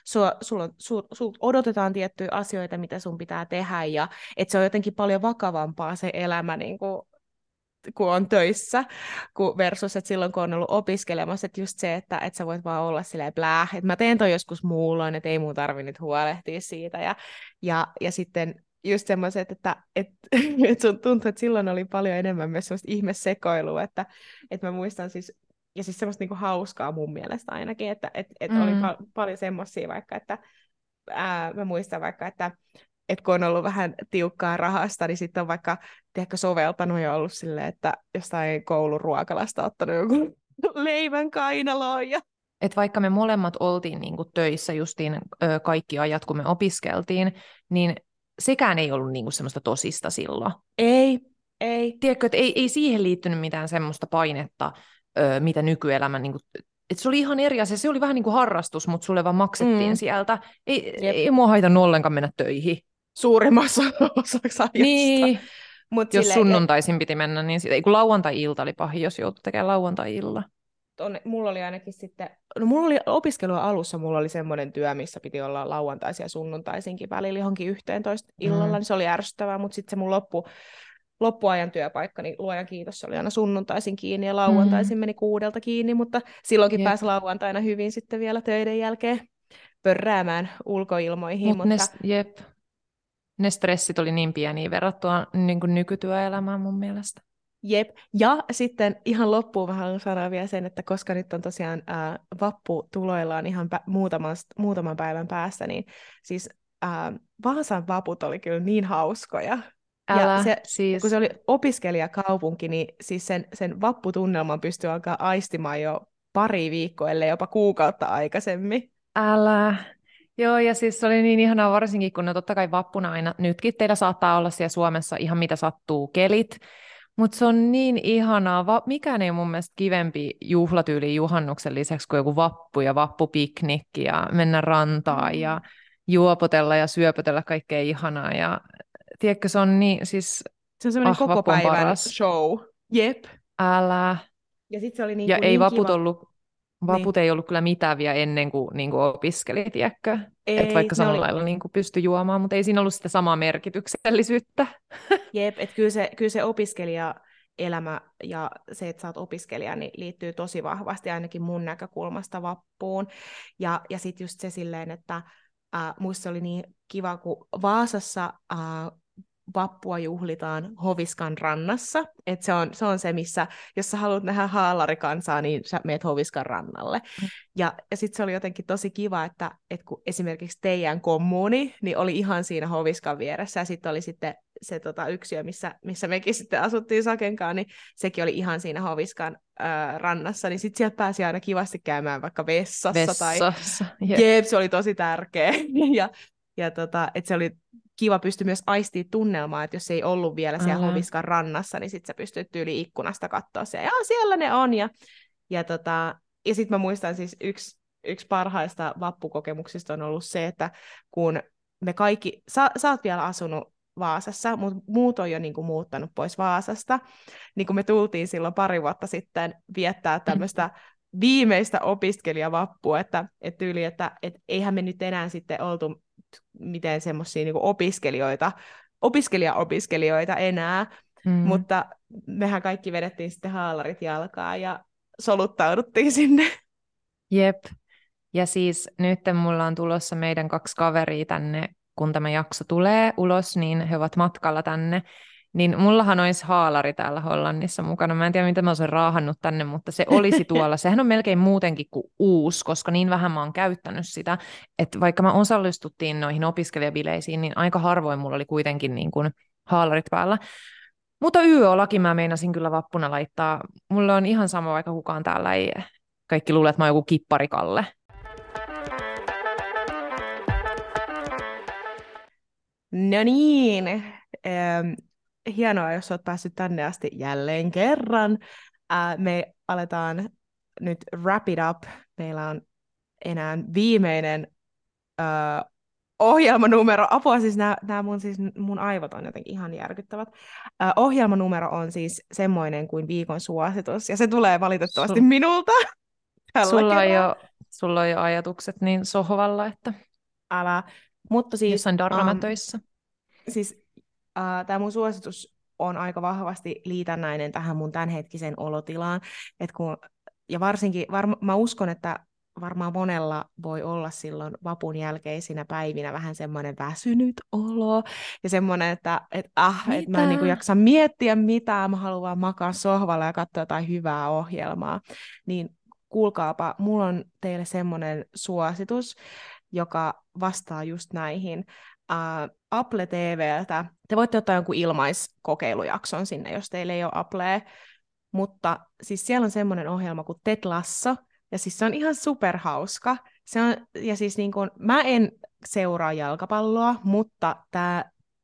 sulta odotetaan tiettyjä asioita, mitä sun pitää tehdä, ja että se on jotenkin paljon vakavampaa se elämä, niinku, kun on töissä, versus, että silloin kun on ollut opiskelemassa, että just se, että sä voit vaan olla silleen että mä teen toi joskus muulloin, että ei mun tarvi nyt huolehtia siitä, ja sitten just semmoiset, että sun tuntuu, että silloin oli paljon enemmän myös semmoista ihmesekoilua, että mä muistan siis, ja siis semmoista niinku hauskaa mun mielestä ainakin, että oli paljon semmoisia vaikka, että mä muistan vaikka, että kun on ollut vähän tiukkaa rahasta, niin sitten on vaikka soveltanut ja ollut silleen, että jostain koulun ruokalasta ottanut joku leivän kainaloon. Et vaikka me molemmat oltiin niinku töissä justiin kaikki ajat, kun me opiskeltiin, niin sekään ei ollut niinku semmoista tosista silloin. Ei. Tiedätkö, että ei siihen liittynyt mitään semmoista painetta, mitä nykyelämä, niinku, että se oli ihan eri asia. Se oli vähän niin kuin harrastus, mutta sulle vaan maksettiin sieltä. Ei mua haitannut ollenkaan mennä töihin. Suurimmassa osaksi ajasta. Niin, jos sunnuntaisin piti mennä, niin kun lauantai-ilta oli pahin, jos joutui tekemään lauantai-illa. Mulla oli ainakin sitten, mulla oli opiskelua alussa, mulla oli semmoinen työ, missä piti olla lauantaisin ja sunnuntaisinkin välillä johonkin 11 illalla, niin se oli ärsyttävää, mutta sitten se mun loppuajan työpaikka, niin luojan kiitos, se oli aina sunnuntaisin kiinni ja lauantaisin meni 6 kiinni, mutta silloinkin pääsi lauantaina hyvin sitten vielä töiden jälkeen pörräämään ulkoilmoihin. Ne stressit oli niin pieniä verrattuna niin kuin nykytyöelämään mun mielestä. Jep, ja sitten ihan loppuun mä haluan sanoa vielä sen, että koska nyt on tosiaan vappu tuloillaan ihan muutaman päivän päästä, niin siis Vaasan vaput oli kyllä niin hauskoja. Kun se oli opiskelijakaupunki, niin siis sen vapputunnelman pystyy alkaa aistimaan jo pari viikkoa, ellei jopa kuukautta aikaisemmin. Joo, ja siis se oli niin ihanaa varsinkin, kun totta kai vappuna aina, nytkin teillä saattaa olla siellä Suomessa ihan mitä sattuu kelit, mutta se on niin ihanaa. Mikään ei ole mun mielestä kivempi juhlatyyli juhannuksen lisäksi kuin joku vappu ja vappupiknikki ja mennä rantaan ja juopotella ja syöpötellä kaikkea ihanaa. Ja tiedätkö, se on niin, siis se on semmoinen koko päivän show. Jep. Älä. Ja sit se oli niin, ja kuin ei niin vaput kiva. ollut Niin. Vaput ei ollut kyllä mitään vielä ennen kuin niinku opiskeli, tiedätkö? Että Ei, vaikka ne samalla oli, lailla niinku pystyi juomaan, mutta ei siinä ollut sitä samaa merkityksellisyyttä. jep, että kyllä se opiskelijaelämä ja se, että sä oot opiskelija, niin liittyy tosi vahvasti ainakin mun näkökulmasta vappuun. Ja sitten just se silleen, että musta se oli niin kiva, kun Vaasassa vappua juhlitaan Hoviskan rannassa. Et se on se, missä, jos sä haluat nähdä haalarikansaa, niin sä meet Hoviskan rannalle. Ja sitten se oli jotenkin tosi kiva, että kun esimerkiksi teidän kommuuni niin oli ihan siinä Hoviskan vieressä, ja sitten oli sitten se yksiö, missä mekin sitten asuttiin Sakenkaan, niin sekin oli ihan siinä Hoviskan rannassa, niin sitten sieltä pääsi aina kivasti käymään vaikka vessassa. Jep, se oli tosi tärkeä. Että se oli kiva pysty myös aistii tunnelmaa, että jos ei ollut vielä siellä Hoviskan rannassa, niin sitten sä pystyt tyyli ikkunasta katsoa se, ja siellä ne on. Ja sitten mä muistan siis yksi parhaista vappukokemuksista on ollut se, että kun me kaikki, sä oot vielä asunut Vaasassa, mutta muut on jo niinku muuttanut pois Vaasasta, niin kun me tultiin silloin 2 vuotta sitten viettää tämmöistä viimeistä opiskelijavappua, että eihän me nyt enää sitten oltu miten semmoisia niinku opiskelijoita enää, mutta mehän kaikki vedettiin sitten haalarit jalkaan ja soluttauduttiin sinne. Jep. Ja siis nyt mulla on tulossa meidän 2 kaveria tänne, kun tämä jakso tulee ulos, niin he ovat matkalla tänne. Niin mullahan olisi haalari täällä Hollannissa mukana. Mä en tiedä, miten mä olisin raahannut tänne, mutta se olisi tuolla. Sehän on melkein muutenkin kuin uusi, koska niin vähän mä oon käyttänyt sitä. Että vaikka mä osallistuttiin noihin opiskelijabileisiin, niin aika harvoin mulla oli kuitenkin niin kuin haalarit päällä. Mutta YÖ-laki mä meinasin kyllä vappuna laittaa. Mulla on ihan sama, vaikka kukaan täällä ei. Kaikki luulee, että mä oon joku kipparikalle. No niin, hienoa, jos olet päässyt tänne asti jälleen kerran. Me aletaan nyt wrap it up. Meillä on enää viimeinen ohjelmanumero. Apua, siis nämä mun aivot on jotenkin ihan järkyttävät. Ohjelmanumero on siis semmoinen kuin viikon suositus, ja se tulee valitettavasti minulta. Sulla on jo ajatukset niin sohvalla, että älä. Mutta siis, jossain darramatöissä. Tämä mun suositus on aika vahvasti liitännäinen tähän mun tämänhetkiseen olotilaan. Ja varsinkin, mä uskon, että varmaan monella voi olla silloin vapun jälkeisinä päivinä vähän semmoinen väsynyt olo. Ja semmoinen, että mä en niin kuin jaksa miettiä mitään, mä haluan vaan makaa sohvalla ja katsoa jotain hyvää ohjelmaa. Niin kuulkaapa, mulla on teille semmoinen suositus, joka vastaa just näihin. Apple TV:ltä. Te voitte ottaa jonkun ilmaiskokeilujakson sinne, jos teillä ei ole Applea. Mutta siis siellä on semmoinen ohjelma kuin Ted Lasso, ja siis se on ihan superhauska. Ja siis niin kun, mä en seuraa jalkapalloa, mutta tämä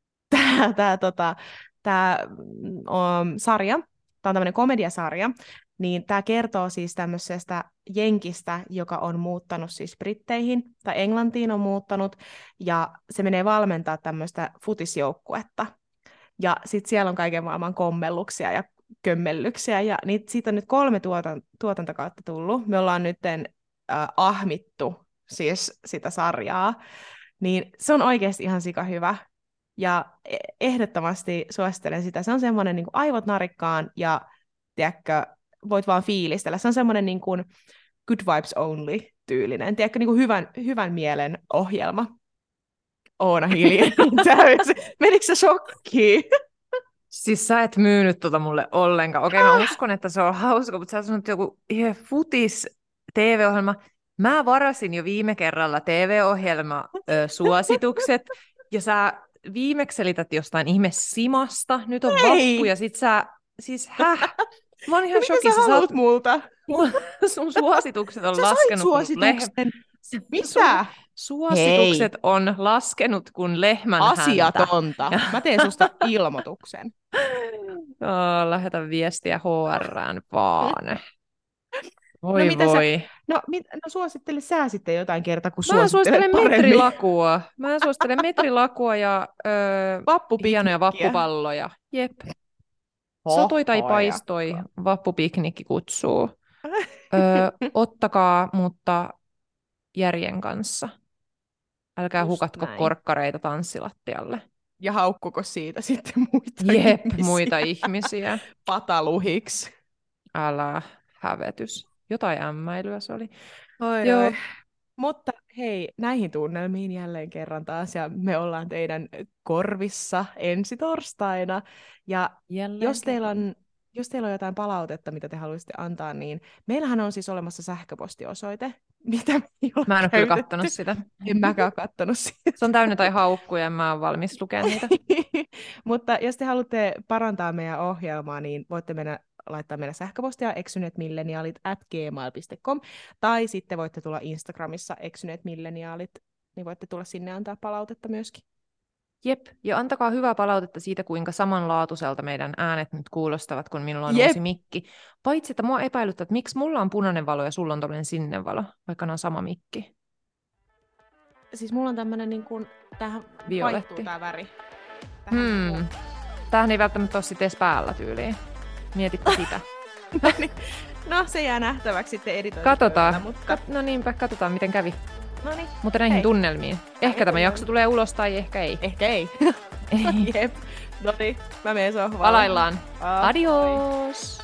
sarja, tämä on tämmöinen komediasarja, niin tämä kertoo siis tämmöisestä jenkistä, joka on muuttanut siis Britteihin, tai Englantiin on muuttanut, ja se menee valmentaa tämmöistä futisjoukkuetta. Ja sitten siellä on kaiken maailman kommelluksia ja kömmellyksiä, ja siitä on nyt 3 tuotantokautta tullut. Me ollaan nyt ahmittu siis sitä sarjaa, niin se on oikeasti ihan sika hyvä. Ja ehdottomasti suosittelen sitä. Se on semmoinen niin kuin aivot narikkaan, ja tiedätkö, voit vaan fiilistellä. Se on semmoinen niin kuin good vibes only -tyylinen. Tiedätkö, niin kuin hyvän mielen ohjelma. Oona hiljainen täysin. Menikö se shokkiin? Siis sä et myynyt mulle ollenkaan. Okei, mä uskon, että se on hauska, mutta sä sanot joku futis TV-ohjelma. Mä varasin jo viime kerralla TV-ohjelma-suositukset, ja sä viimeksi selität jostain ihme Simasta. Nyt on vappu, ja sit sä... Siis Mä oon ihan shokissa. Mitä sä haluat multa? Sun suositukset on laskenut suosituksen. Mitä? Suositukset on laskenut kuin lehmän asiatonta. häntä. Mä teen susta ilmoituksen. Lähetä viestiä HR:ään vaan. Voi. Suosittele sä sitten jotain kertaa, kun Mä suosittelen metrilakua ja hienoja vappupalloja. Jep. Sotoi tai paistoi, vappupiknikki kutsuu. Ottakaa, mutta järjen kanssa. Älkää Just hukatko näin. korkkareita tanssilattialle. Ja haukkuko siitä sitten muita Jep, ihmisiä. muita ihmisiä. Pataluhiksi. Älä hävetys. Jotain ämmäilyä se oli. Oi. Mutta hei, näihin tunnelmiin jälleen kerran taas, ja me ollaan teidän korvissa ensi torstaina. Ja jos teillä on jotain palautetta, mitä te haluaisitte antaa, niin meillähän on siis olemassa sähköpostiosoite, mitä me ei ole Mä en ole kyllä kattonut sitä. En mäkään kattonut sitä. Se on täynnä tai haukkuja, en mä ole valmis lukemaan niitä. Mutta jos te haluatte parantaa meidän ohjelmaa, niin voitte mennä laittaa meille sähköpostia eksyneetmilleniaalit@gmail.com, tai sitten voitte tulla Instagramissa eksyneetmilleniaalit, niin voitte tulla sinne antaa palautetta myöskin. Jep, ja antakaa hyvää palautetta siitä, kuinka samanlaatuiselta meidän äänet nyt kuulostavat, kun minulla on uusi mikki. Paitsi, että mua epäilyttää, että miksi mulla on punainen valo ja sulla on toinen sininen valo, vaikka ne on sama mikki. Siis mulla on tämmönen niin kuin, tähän vaihtuu tää väri. Tämähän ei välttämättä ole sitten edes päällä tyyliin. Mietipä sitä. No, se jää nähtäväksi sitten editoida. Katsotaan. No niinpä, katsotaan miten kävi. Noniin. Mutta näihin tunnelmiin. Ehkä tämä jakso tulee ulos tai ehkä ei. Ehkä ei. Jep. Noniin, mä menen sohvaan. Palaillaan. Adios!